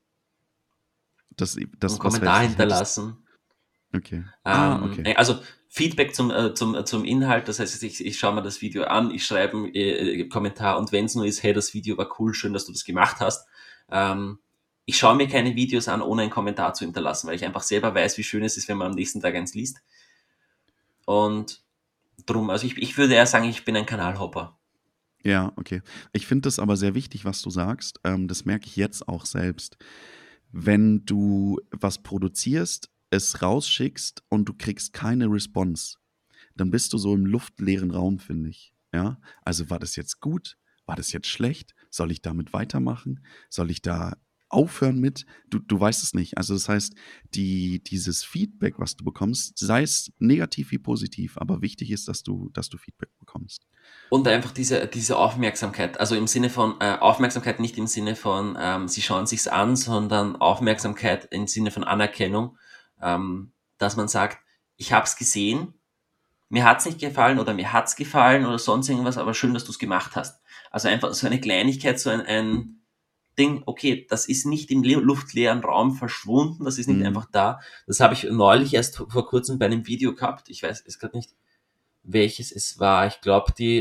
Einen Was Kommentar hättest. hinterlassen. Okay. Ah, okay. Also Feedback zum Inhalt, das heißt, ich schaue mir das Video an, ich schreibe einen Kommentar und wenn es nur ist, hey, das Video war cool, schön, dass du das gemacht hast. Ich schaue mir keine Videos an, ohne einen Kommentar zu hinterlassen, weil ich einfach selber weiß, wie schön es ist, wenn man am nächsten Tag eins liest. Und drum, also ich würde eher sagen, ich bin ein Kanalhopper. Ja, okay. Ich finde das aber sehr wichtig, was du sagst. Das merke ich jetzt auch selbst. Wenn du was produzierst, es rausschickst und du kriegst keine Response, dann bist du so im luftleeren Raum, finde ich. Ja, also war das jetzt gut? War das jetzt schlecht? Soll ich damit weitermachen? Soll ich da aufhören mit? Du weißt es nicht. Also das heißt, dieses Feedback, was du bekommst, sei es negativ wie positiv, aber wichtig ist, dass du Feedback bekommst. Und einfach diese Aufmerksamkeit, also im Sinne von Aufmerksamkeit nicht im Sinne von sie schauen sich's an, sondern Aufmerksamkeit im Sinne von Anerkennung, dass man sagt, ich habe es gesehen, mir hat's nicht gefallen oder mir hat's gefallen oder sonst irgendwas, aber schön, dass du's gemacht hast. Also einfach so eine Kleinigkeit, so ein Ding, okay, das ist nicht im luftleeren Raum verschwunden, das ist nicht Mhm. einfach da. Das habe ich neulich erst vor kurzem bei einem Video gehabt. Ich weiß es gerade nicht, welches es war. Ich glaube, die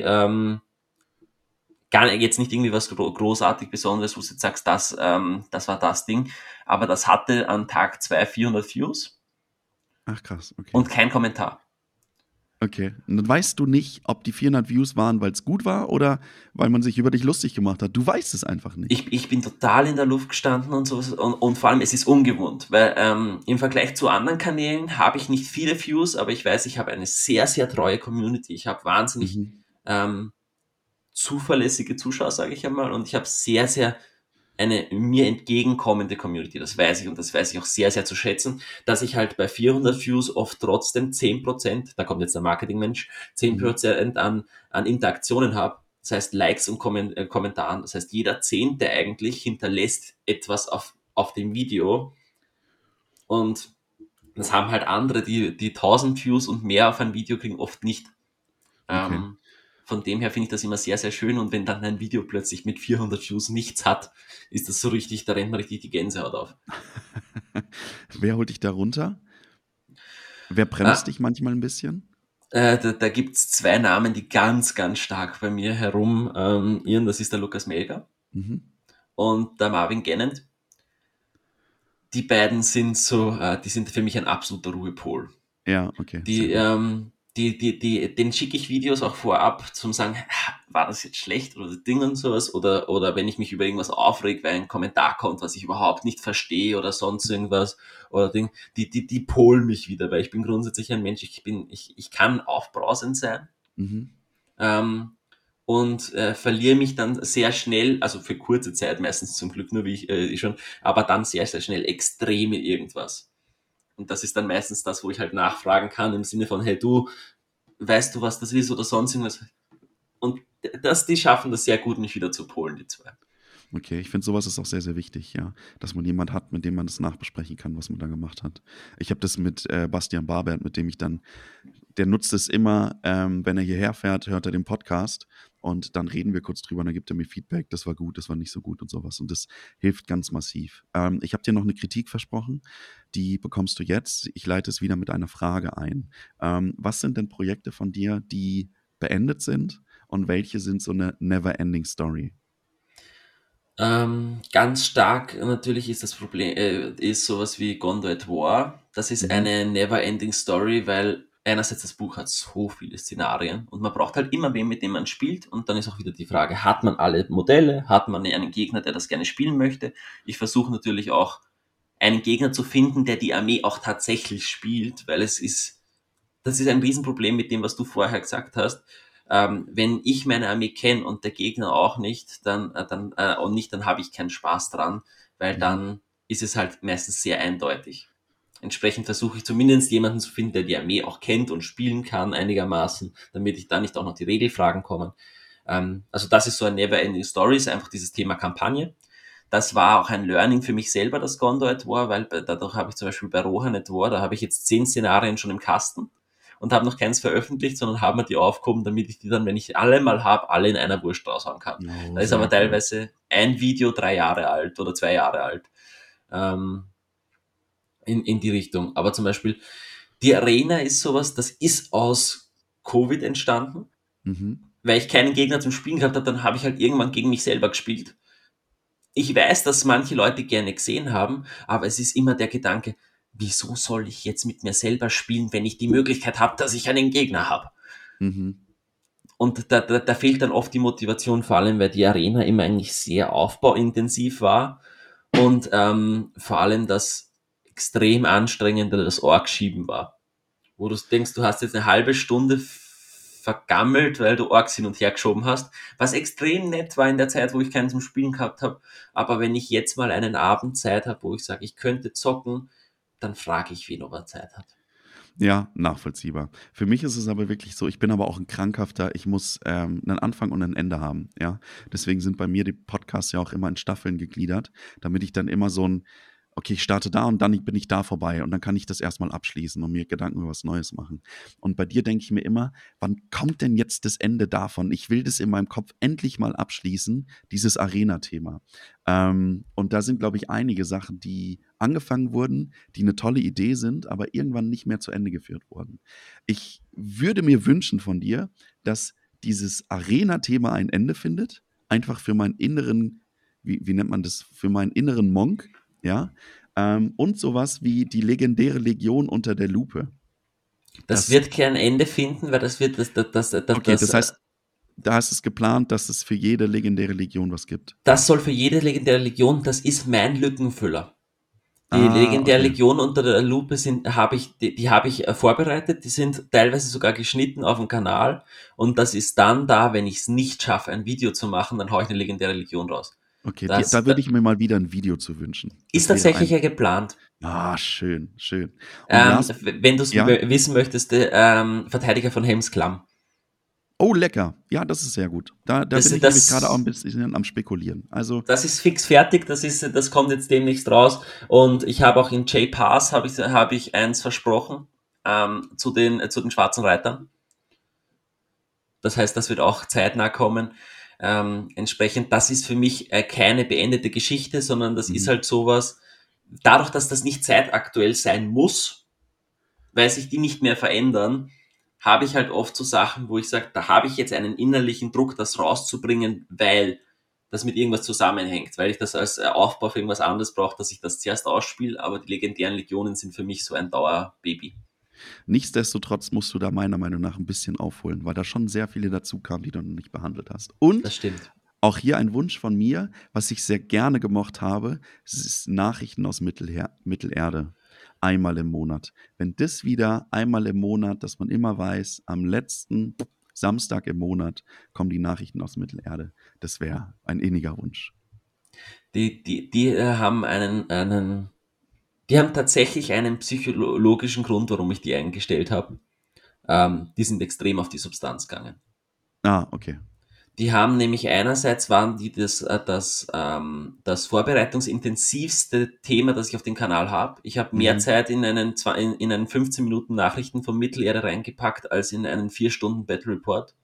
gar jetzt nicht irgendwie was großartig Besonderes, wo du jetzt sagst, das war das Ding, aber das hatte an Tag 2 400 Views Ach krass, okay. und kein Kommentar. Okay. Und dann weißt du nicht, ob die 400 Views waren, weil es gut war oder weil man sich über dich lustig gemacht hat. Du weißt es einfach nicht. Ich bin total in der Luft gestanden und sowas und vor allem es ist ungewohnt, weil im Vergleich zu anderen Kanälen habe ich nicht viele Views, aber ich weiß, ich habe eine sehr, sehr treue Community. Ich habe wahnsinnig Mhm. ähm, zuverlässige Zuschauer, sage ich einmal, und ich habe sehr, sehr eine mir entgegenkommende Community, das weiß ich und das weiß ich auch sehr, sehr zu schätzen, dass ich halt bei 400 Views oft trotzdem 10%, da kommt jetzt der Marketingmensch, Mhm. 10% an Interaktionen habe, das heißt Likes und Kommentaren, das heißt jeder Zehnte eigentlich hinterlässt etwas auf dem Video und das haben halt andere, die 1000 Views und mehr auf ein Video kriegen, oft nicht. Okay. Ähm, von dem her finde ich das immer sehr, sehr schön und wenn dann ein Video plötzlich mit 400 Views nichts hat, ist das so richtig, da rennt man richtig die Gänsehaut auf. Wer holt dich da runter? Wer Äh, bremst dich manchmal ein bisschen? da gibt's zwei Namen, die ganz, ganz stark bei mir herum irren. Das ist der Lukas Melger Mhm. und der Marvin Gennent. Die beiden sind so, die sind für mich ein absoluter Ruhepol. Ja, okay, sehr Die, gut. den schicke ich Videos auch vorab zum sagen, war das jetzt schlecht oder das Ding und sowas oder wenn ich mich über irgendwas aufreg, weil ein Kommentar kommt, was ich überhaupt nicht verstehe oder sonst irgendwas oder Ding, die polen mich wieder, weil ich bin grundsätzlich ein Mensch, ich kann aufbrausend sein, Mhm. ähm, und verliere mich dann sehr schnell, also für kurze Zeit meistens zum Glück nur wie ich schon, aber dann sehr, sehr schnell extrem in irgendwas. Und das ist dann meistens das, wo ich halt nachfragen kann im Sinne von, hey du, weißt du, was das ist oder sonst irgendwas. Und die schaffen das sehr gut, mich wieder zu polen, die zwei. Okay, ich finde, sowas ist auch sehr, sehr wichtig, ja, dass man jemand hat, mit dem man das nachbesprechen kann, was man da gemacht hat. Ich habe das mit Bastian Barbert, mit dem ich dann der nutzt es immer, wenn er hierher fährt, hört er den Podcast und dann reden wir kurz drüber und dann gibt er mir Feedback, das war gut, das war nicht so gut und sowas. Und das hilft ganz massiv. Ich habe dir noch eine Kritik versprochen, die bekommst du jetzt. Ich leite es wieder mit einer Frage ein. Was sind denn Projekte von dir, die beendet sind und welche sind so eine Never-Ending Story? Ganz stark natürlich ist das Problem, ist sowas wie Gondor at War. Das ist Mhm. eine never-ending Story, weil einerseits das Buch hat so viele Szenarien und man braucht halt immer wen, mit dem man spielt. Und dann ist auch wieder die Frage, hat man alle Modelle? Hat man einen Gegner, der das gerne spielen möchte? Ich versuche natürlich auch einen Gegner zu finden, der die Armee auch tatsächlich spielt, weil das ist ein Riesenproblem mit dem, was du vorher gesagt hast. Wenn ich meine Armee kenne und der Gegner auch nicht, dann habe ich keinen Spaß dran, weil Mhm. dann ist es halt meistens sehr eindeutig. Entsprechend versuche ich zumindest jemanden zu finden, der die Armee auch kennt und spielen kann einigermaßen, damit ich da nicht auch noch die Regelfragen kommen. Also das ist so ein Never-Ending Story, ist einfach dieses Thema Kampagne. Das war auch ein Learning für mich selber, das Gondor at War, weil dadurch habe ich zum Beispiel bei Rohan at War, da habe ich jetzt 10 Szenarien schon im Kasten und habe noch keins veröffentlicht, sondern habe mir die aufgehoben, damit ich die dann, wenn ich alle mal habe, alle in einer Wurst raushauen kann. Oh, Da ist aber sehr gut. teilweise ein Video 3 Jahre alt oder 2 Jahre alt. Ähm, in die Richtung. Aber zum Beispiel, die Arena ist sowas, das ist aus Covid entstanden, Mhm. weil ich keinen Gegner zum Spielen gehabt habe, dann habe ich halt irgendwann gegen mich selber gespielt. Ich weiß, dass manche Leute gerne gesehen haben, aber es ist immer der Gedanke, wieso soll ich jetzt mit mir selber spielen, wenn ich die Möglichkeit habe, dass ich einen Gegner habe? Mhm. Und da fehlt dann oft die Motivation, vor allem weil die Arena immer eigentlich sehr aufbauintensiv war und vor allem das extrem anstrengende das Org-Schieben war. Wo du denkst, du hast jetzt eine halbe Stunde vergammelt, weil du Orks hin und her geschoben hast, was extrem nett war in der Zeit, wo ich keinen zum Spielen gehabt habe. Aber wenn ich jetzt mal einen Abend Zeit habe, wo ich sage, ich könnte zocken, dann frage ich, wen ob er Zeit hat. Ja, nachvollziehbar. Für mich ist es aber wirklich so, ich bin aber auch ein krankhafter, ich muss 'nen Anfang und ein Ende haben, ja? Deswegen sind bei mir die Podcasts ja auch immer in Staffeln gegliedert, damit ich dann immer so ein „Okay, ich starte da und dann bin ich da vorbei“ und dann kann ich das erst mal abschließen und mir Gedanken über was Neues machen. Und bei dir denke ich mir immer: „Wann kommt denn jetzt das Ende davon? Ich will das in meinem Kopf endlich mal abschließen, dieses Arena-Thema.“ Und da sind, glaube ich, einige Sachen, die angefangen wurden, die eine tolle Idee sind, aber irgendwann nicht mehr zu Ende geführt wurden. Ich würde mir wünschen von dir, dass dieses Arena-Thema ein Ende findet, einfach für meinen inneren wie nennt man das? Für meinen inneren Monk, ja? Und sowas wie die legendäre Legion unter der Lupe. Das Das wird kein Ende finden, weil das wird, okay, das heißt, da ist es geplant, dass es für jede legendäre Legion was gibt? das soll für jede legendäre Legion, das ist mein Lückenfüller. Die Ah, legendäre okay. Legion unter der Lupe die habe ich vorbereitet, die sind teilweise sogar geschnitten auf dem Kanal und das ist dann da, wenn ich es nicht schaffe, ein Video zu machen, dann haue ich eine legendäre Legion raus. Okay, Das da würde ich mir mal wieder ein Video zu wünschen. ist Das wäre tatsächlich ein ja geplant. schön, schön. Und last Wenn du es ja? wissen möchtest, Verteidiger von Helms Klamm. Oh, lecker. Ja, das ist sehr gut. Da Das, bin ich nämlich gerade auch ein das, bisschen am Spekulieren. Also, das ist fix fertig, das kommt jetzt demnächst raus. Und ich habe auch in J-Pass hab ich eins versprochen zu den Schwarzen Reitern. Das heißt, das wird auch zeitnah kommen. Entsprechend, das ist für mich keine beendete Geschichte, sondern das ist mhm, halt sowas, dadurch, dass das nicht zeitaktuell sein muss, weil sich die nicht mehr verändern, habe ich halt oft so Sachen, wo ich sage, da habe ich jetzt einen innerlichen Druck, das rauszubringen, weil das mit irgendwas zusammenhängt, weil ich das als Aufbau für irgendwas anderes brauche, dass ich das zuerst ausspiele, aber die legendären Legionen sind für mich so ein Dauerbaby. nichtsdestotrotz musst du da meiner Meinung nach ein bisschen aufholen, weil da schon sehr viele dazukamen, die du noch nicht behandelt hast. Und Das stimmt. auch hier ein Wunsch von mir, was ich sehr gerne gemocht habe, es ist Nachrichten aus Mittelerde. Einmal im Monat. Wenn das wieder einmal im Monat, dass man immer weiß, am letzten Samstag im Monat kommen die Nachrichten aus Mittelerde. Das wäre ein inniger Wunsch. Die haben die haben tatsächlich einen psychologischen Grund, warum ich die eingestellt habe. Die sind extrem auf die Substanz gegangen. Ah, okay. Die haben nämlich einerseits waren die das vorbereitungsintensivste Thema, das ich auf dem Kanal habe. Ich habe mehr Mhm. Zeit in einen 15 Minuten Nachrichten von Mittelerde reingepackt als in einen 4 Stunden Battle Report,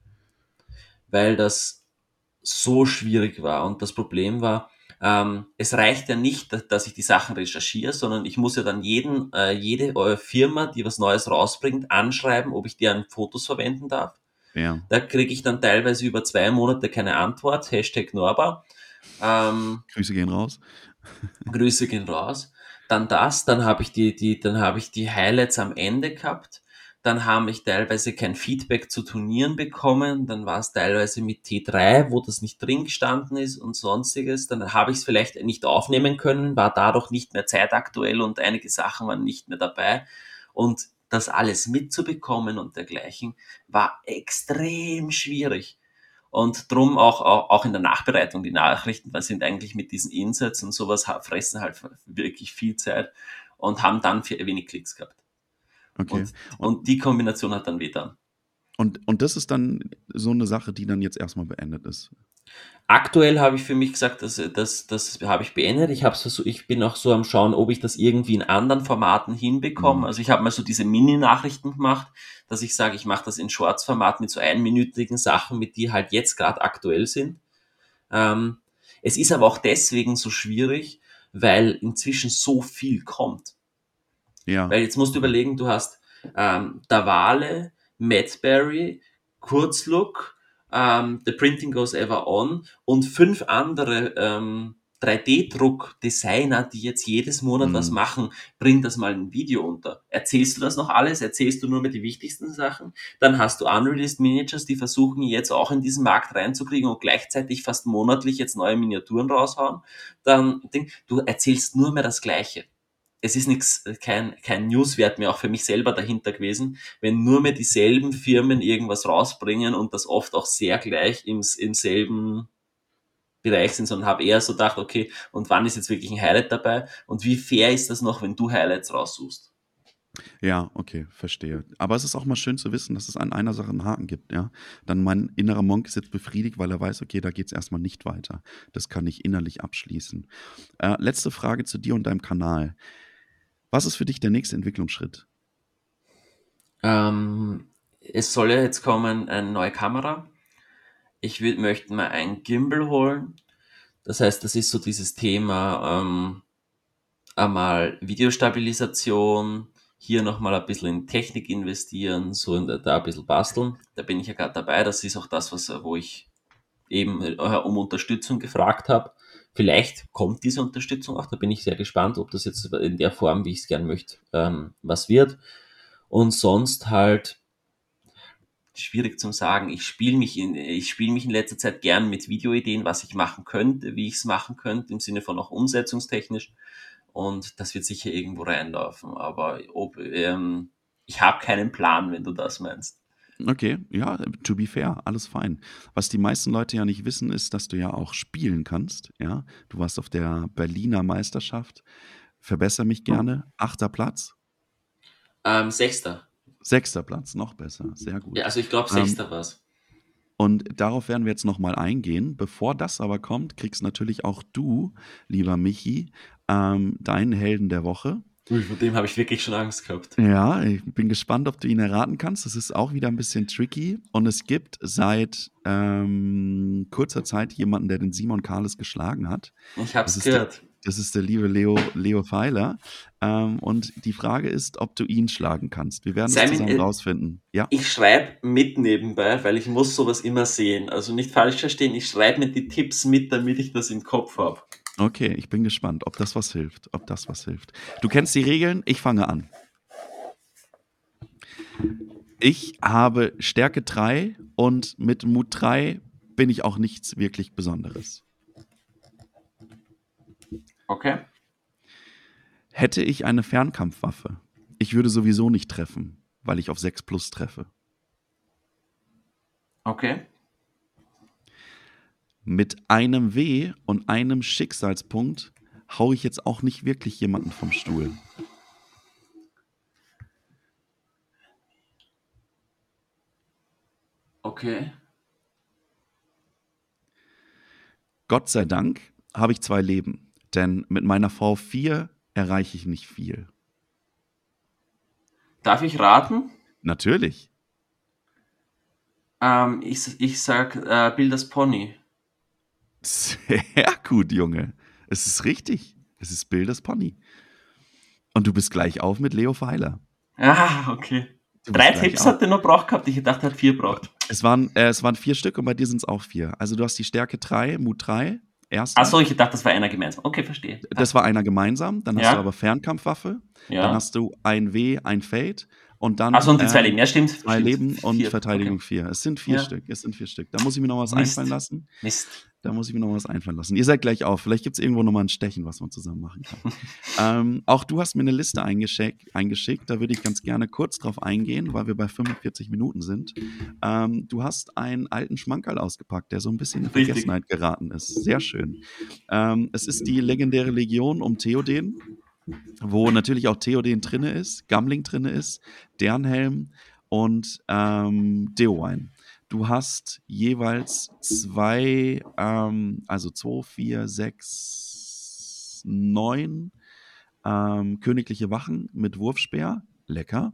weil das so schwierig war. Und das Problem war, es reicht ja nicht, dass ich die Sachen recherchiere, sondern ich muss ja dann jede Firma, die was Neues rausbringt, anschreiben, ob ich deren Fotos verwenden darf. Ja. Da kriege ich dann teilweise über 2 Monate keine Antwort. Hashtag Norba. Ähm, Grüße gehen raus. Grüße gehen raus. Dann habe ich dann habe ich die Highlights am Ende gehabt. Dann habe ich teilweise kein Feedback zu Turnieren bekommen. Dann war es teilweise mit T3, wo das nicht drin gestanden ist und sonstiges. Dann habe ich es vielleicht nicht aufnehmen können, war dadurch nicht mehr zeitaktuell und einige Sachen waren nicht mehr dabei. Und das alles mitzubekommen und dergleichen war extrem schwierig. Und drum auch in der Nachbereitung die Nachrichten, weil sind eigentlich mit diesen Insets und sowas fressen halt wirklich viel Zeit und haben dann wenig Klicks gehabt. Okay. Und, Und die Kombination hat dann wehgetan. und das ist dann so eine Sache, die dann jetzt erstmal beendet ist. Aktuell habe ich für mich gesagt, das habe ich beendet. Ich bin auch so am Schauen, ob ich das irgendwie in anderen Formaten hinbekomme. Mhm. Also ich habe mal so diese Mini-Nachrichten gemacht, dass ich sage, ich mache das in Shorts-Format mit so einminütigen Sachen, mit die halt jetzt gerade aktuell sind. Ähm, Es ist aber auch deswegen so schwierig, weil inzwischen so viel kommt. Ja. Weil jetzt musst du Ja. überlegen, du hast Davale, Madberry, Kurzlook, The Printing Goes Ever On und 5 andere 3D-Druck-Designer, die jetzt jedes Monat was Mhm. machen, bring das mal ein Video unter. Erzählst du das noch alles? Erzählst du nur mit die wichtigsten Sachen? Dann hast du Unreleased Miniatures, die versuchen jetzt auch in diesen Markt reinzukriegen und gleichzeitig fast monatlich jetzt neue Miniaturen raushauen. Dann, du erzählst nur mehr das Gleiche. Es ist nichts, kein Newswert mehr auch für mich selber dahinter gewesen, wenn nur mehr dieselben Firmen irgendwas rausbringen und das oft auch sehr gleich im selben Bereich sind, sondern habe eher so gedacht, okay, und wann ist jetzt wirklich ein Highlight dabei und wie fair ist das noch, wenn du Highlights raussuchst? Ja, okay, verstehe. Aber es ist auch mal schön zu wissen, dass es an einer Sache einen Haken gibt, ja. Dann mein innerer Monk ist jetzt befriedigt, weil er weiß, okay, da geht's erst mal nicht weiter. Das kann ich innerlich abschließen. Letzte Frage zu dir und deinem Kanal. Was ist für dich der nächste Entwicklungsschritt? Es soll ja jetzt kommen eine neue Kamera. Möchte mal ein Gimbal holen. Das heißt, das ist so dieses Thema, einmal Videostabilisation, hier nochmal ein bisschen in Technik investieren, so da ein bisschen basteln. Da bin ich ja gerade dabei. Das ist auch das, wo ich eben um Unterstützung gefragt habe. Vielleicht kommt diese Unterstützung auch. Da bin ich sehr gespannt, ob das jetzt in der Form, wie ich es gern möchte, was wird. Und sonst halt schwierig zum sagen. Ich spiele mich in letzter Zeit gern mit Videoideen, was ich machen könnte, wie ich es machen könnte, im Sinne von auch umsetzungstechnisch. Und das wird sicher irgendwo reinlaufen. Aber ich habe keinen Plan, wenn du das meinst. Okay, ja, to be fair, alles fein. Was die meisten Leute ja nicht wissen, ist, dass du ja auch spielen kannst, ja? Du warst auf der Berliner Meisterschaft. Verbessere mich gerne. 8. Platz? Sechster. 6. Platz, noch besser. Sehr Ja, gut. also ich glaube, Ähm, Sechster war's. und darauf werden wir jetzt noch mal eingehen. Bevor das aber kommt, kriegst natürlich auch du, lieber Michi, deinen Helden der Woche. Ui, vor dem habe ich wirklich schon Angst gehabt. Ja, ich bin gespannt, ob du ihn erraten kannst. Das ist auch wieder ein bisschen tricky. Und es gibt seit kurzer Zeit jemanden, der den Simon Karles geschlagen hat. Ich Das hab's ist der, gehört. das ist der liebe Leo Feiler. Und die Frage ist, ob du ihn schlagen kannst. Wir werden es Simon, zusammen rausfinden. Ja, ich schreibe mit nebenbei, weil ich muss sowas immer sehen. Also nicht falsch verstehen, ich schreibe mir die Tipps mit, damit ich das im Kopf habe. okay, ich bin gespannt, ob das was hilft. Ob das was hilft. Du kennst die Regeln, ich fange an. Ich habe Stärke 3 und mit Mut 3 bin ich auch nichts wirklich Besonderes. Okay? Hätte ich eine Fernkampfwaffe, ich würde sowieso nicht treffen, weil ich auf 6 plus treffe. Okay? Mit einem W und einem Schicksalspunkt haue ich jetzt auch nicht wirklich jemanden vom Stuhl. Okay. Gott sei Dank habe ich 2 Leben, denn mit meiner V4 erreiche ich nicht viel. Darf ich raten? Natürlich. Ich sag Bill das Pony. Sehr gut, Junge. Es ist richtig. Es ist Bill das Pony. Und du bist gleich auf mit Leo Feiler. Ah, okay. Du bist 3 gleich Tipps auf. hat er noch braucht gehabt. Ich gedacht, er hat 4 braucht. Es waren 4 Stück und bei dir sind es auch 4. Also du hast die Stärke 3, Mut 3, erster. Achso, ich dachte, das war einer gemeinsam. Okay, verstehe. Das war einer gemeinsam. Dann hast du aber Ja, Fernkampfwaffe. Dann ja. hast du ein W, ein Fade. Und Achso, dann und die 2 Leben. Ja, stimmt, 2 stimmt. Leben und 4. Okay. Verteidigung 4. Es sind 4 Ja. Stück. Es sind 4 Stück. Da muss ich mir noch was einfallen Mist. lassen. Mist. Da muss ich mir noch was einfallen lassen. Ihr seid gleich auf. Vielleicht gibt es irgendwo nochmal ein Stechen, was man zusammen machen kann. Auch du hast mir eine Liste eingeschickt. Da würde ich ganz gerne kurz drauf eingehen, weil wir bei 45 Minuten sind. Du hast einen alten Schmankerl ausgepackt, der so ein bisschen in Richtig. Vergessenheit geraten ist. Sehr schön. Es ist die legendäre Legion um Theoden, wo natürlich auch Theoden drinne ist, Gamling drinne ist, Dernhelm und Deowine. Du hast jeweils 2, also 2, 4, 6, 9 königliche Wachen mit Wurfspeer. Lecker.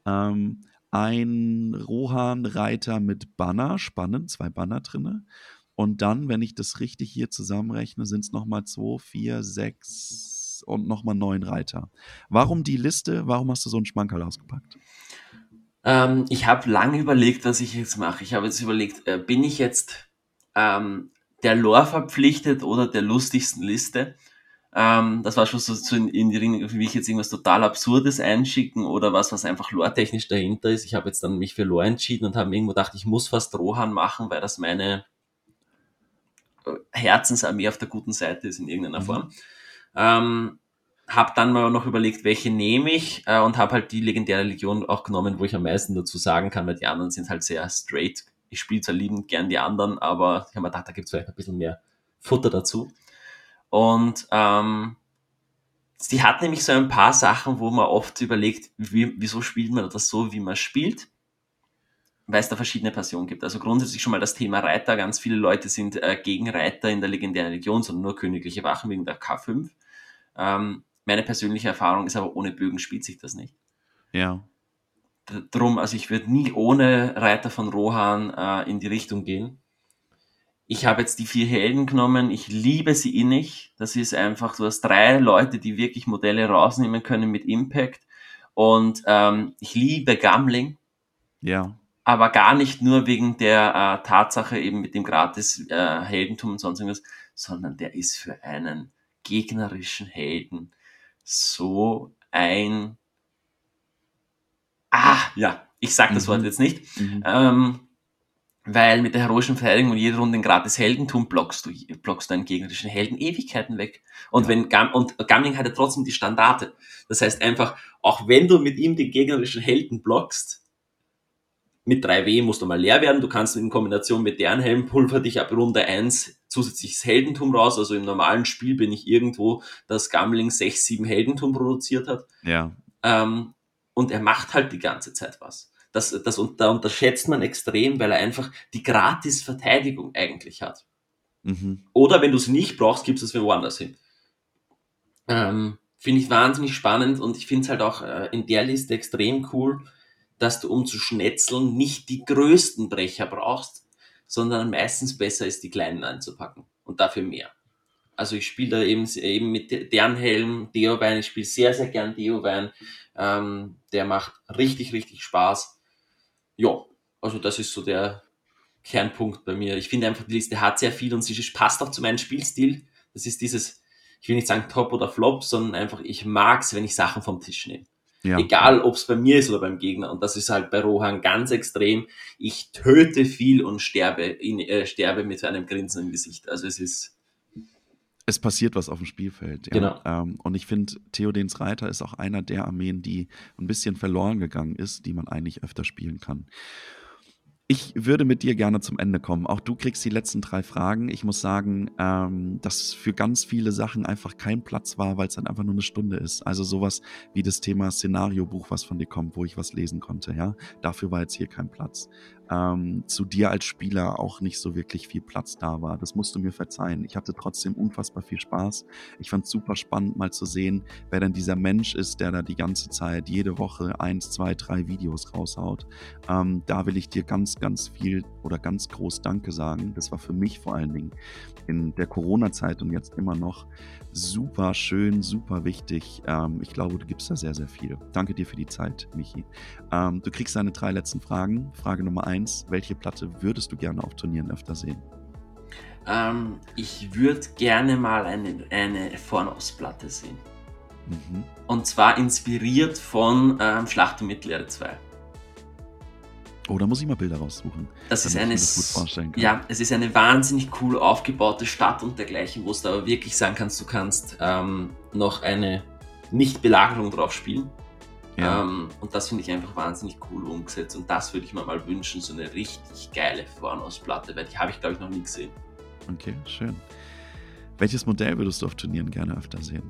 Ein Rohan-Reiter mit Banner, spannend, 2 Banner drinne. Und dann, wenn ich das richtig hier zusammenrechne, sind es nochmal 2, 4, 6 und nochmal 9 Reiter. Warum die Liste? Warum hast du so einen Schmankerl ausgepackt? Ich habe lange überlegt, was ich jetzt mache. Ich habe jetzt überlegt, bin ich jetzt der Lore verpflichtet oder der lustigsten Liste? Das war schon so in die Ringe, wie ich jetzt irgendwas total Absurdes einschicken oder was einfach lore-technisch dahinter ist. Ich habe jetzt dann mich für Lore entschieden und habe irgendwo gedacht, ich muss fast Rohan machen, weil das meine Herzensarmee auf der guten Seite ist in irgendeiner Form. Hab dann mal noch überlegt, welche nehme ich und habe halt die legendäre Legion auch genommen, wo ich am meisten dazu sagen kann, weil die anderen sind halt sehr straight. Ich spiele zwar liebend gern die anderen, aber ich habe mir gedacht, da gibt es vielleicht ein bisschen mehr Futter dazu. Und sie hat nämlich so ein paar Sachen, wo man oft überlegt, wieso spielt man das so, wie man spielt, weil es da verschiedene Passionen gibt. Also grundsätzlich schon mal das Thema Reiter. Ganz viele Leute sind gegen Reiter in der legendären Legion, sondern nur königliche Wachen wegen der K5. Meine persönliche Erfahrung ist aber, ohne Bögen spielt sich das nicht. Ja. Drum, also ich würde nie ohne Reiter von Rohan in die Richtung gehen. Ich habe jetzt die 4 Helden genommen. Ich liebe sie innig. Das ist einfach, du hast 3 Leute, die wirklich Modelle rausnehmen können mit Impact. Und ich liebe Gamling. Ja. Aber gar nicht nur wegen der Tatsache eben mit dem gratis Heldentum und sonst irgendwas, sondern der ist für einen gegnerischen Helden so ein... ja, ich sag das Wort jetzt nicht. Weil mit der heroischen Verteidigung und jede Runde ein gratis Heldentum blockst du einen gegnerischen Helden Ewigkeiten weg. Und Gamling hat ja trotzdem die Standarte. Das heißt einfach, auch wenn du mit ihm den gegnerischen Helden blockst, mit 3W musst du mal leer werden. Du kannst in Kombination mit deren Helmpulver dich ab Runde 1 zusätzliches Heldentum raus. Also im normalen Spiel bin ich irgendwo, dass Gambling 6, 7 Heldentum produziert hat. Ja. Und er macht halt die ganze Zeit was. Da unterschätzt man extrem, weil er einfach die Gratis-Verteidigung eigentlich hat. Oder wenn du es nicht brauchst, gibst du es woanders hin. Finde ich wahnsinnig spannend und ich finde es halt auch in der Liste extrem cool, dass du, um zu schnetzeln, nicht die größten Brecher brauchst, sondern meistens besser ist, die kleinen einzupacken und dafür mehr. Also ich spiele da eben mit deren Helm, Deowein, ich spiele sehr, sehr gern Deowein. Der macht richtig, richtig Spaß. Ja, also das ist so der Kernpunkt bei mir. Ich finde einfach, die Liste hat sehr viel und sie passt auch zu meinem Spielstil. Das ist dieses, ich will nicht sagen Top oder Flop, sondern einfach, ich mag's, wenn ich Sachen vom Tisch nehme. Ja. Egal, ob es bei mir ist oder beim Gegner. Und das ist halt bei Rohan ganz extrem. Ich töte viel und sterbe mit einem Grinsen im Gesicht. Also es passiert was auf dem Spielfeld. Ja. Genau. Und ich finde, Theodens Reiter ist auch einer der Armeen, die ein bisschen verloren gegangen ist, die man eigentlich öfter spielen kann. Ich würde mit dir gerne zum Ende kommen. Auch du kriegst die letzten 3 Fragen. Ich muss sagen, dass für ganz viele Sachen einfach kein Platz war, weil es dann einfach nur eine Stunde ist. Also sowas wie das Thema Szenariobuch, was von dir kommt, wo ich was lesen konnte. Ja, dafür war jetzt hier kein Platz. Zu dir als Spieler auch nicht so wirklich viel Platz da war. Das musst du mir verzeihen. Ich hatte trotzdem unfassbar viel Spaß. Ich fand es super spannend, mal zu sehen, wer denn dieser Mensch ist, der da die ganze Zeit, jede Woche 1, 2, 3 Videos raushaut. Da will ich dir ganz, ganz viel oder ganz groß Danke sagen. Das war für mich vor allen Dingen in der Corona-Zeit und jetzt immer noch super schön, super wichtig. Ich glaube, du gibst da sehr, sehr viel. Danke dir für die Zeit, Michi. Du kriegst deine 3 letzten Fragen. Frage Nummer 1. Welche Platte würdest du gerne auf Turnieren öfter sehen? Ich würde gerne mal eine Fornost-Platte sehen. Und zwar inspiriert von Schlacht um Mittelerde 2. Oh, da muss ich mal Bilder raussuchen. Das ist es ist eine wahnsinnig cool aufgebaute Stadt und dergleichen, wo du aber wirklich sagen kannst, du kannst noch eine Nicht-Belagerung drauf spielen. Ja. Und das finde ich einfach wahnsinnig cool umgesetzt und das würde ich mir mal wünschen, so eine richtig geile Fornost-Platte, weil die habe ich, glaube ich, noch nie gesehen. Okay, schön. Welches Modell würdest du auf Turnieren gerne öfter sehen?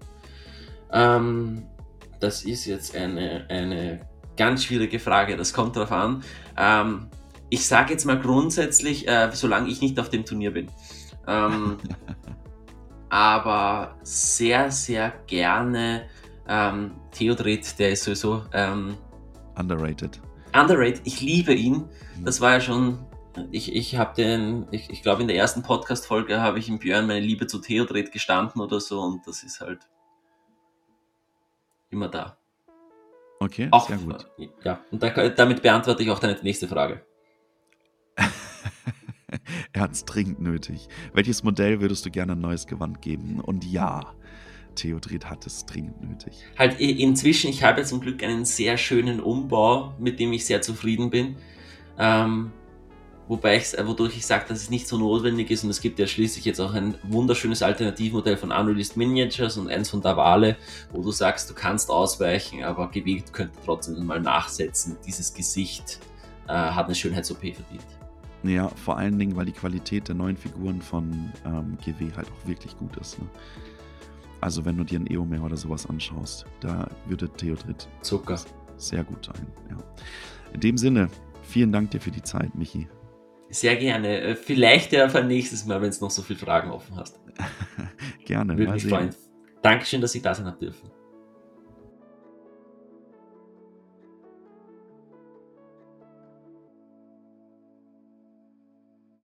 Das ist jetzt eine ganz schwierige Frage, das kommt darauf an. Ich sage jetzt mal grundsätzlich, solange ich nicht auf dem Turnier bin. Aber sehr, sehr gerne Theodred, der ist sowieso underrated. Ich liebe ihn. Das war ja schon, ich glaube in der ersten Podcast-Folge habe ich im Björn meine Liebe zu Theodred gestanden oder so und das ist halt immer da. Okay, auch, sehr gut. Ja, und damit beantworte ich auch deine nächste Frage. Er hat es dringend nötig. Welches Modell würdest du gerne ein neues Gewand geben? Und ja, Theodred hat es dringend nötig. Halt inzwischen, ich habe zum Glück einen sehr schönen Umbau, mit dem ich sehr zufrieden bin. Wodurch ich sage, dass es nicht so notwendig ist und es gibt ja schließlich jetzt auch ein wunderschönes Alternativmodell von Unreleased Miniatures und eins von Davale, wo du sagst, du kannst ausweichen, aber Gewicht könnte trotzdem mal nachsetzen. Dieses Gesicht hat eine Schönheits-OP verdient. Ja, vor allen Dingen, weil die Qualität der neuen Figuren von GW halt auch wirklich gut ist. Ne? Also wenn du dir ein Eomer oder sowas anschaust, da würde Theodred Zucker sehr gut sein. Ja. In dem Sinne, vielen Dank dir für die Zeit, Michi. Sehr gerne. Vielleicht ja für nächstes Mal, wenn es noch so viele Fragen offen hast. Gerne. Würde mich freuen. Dankeschön, dass ich da sein habe dürfen.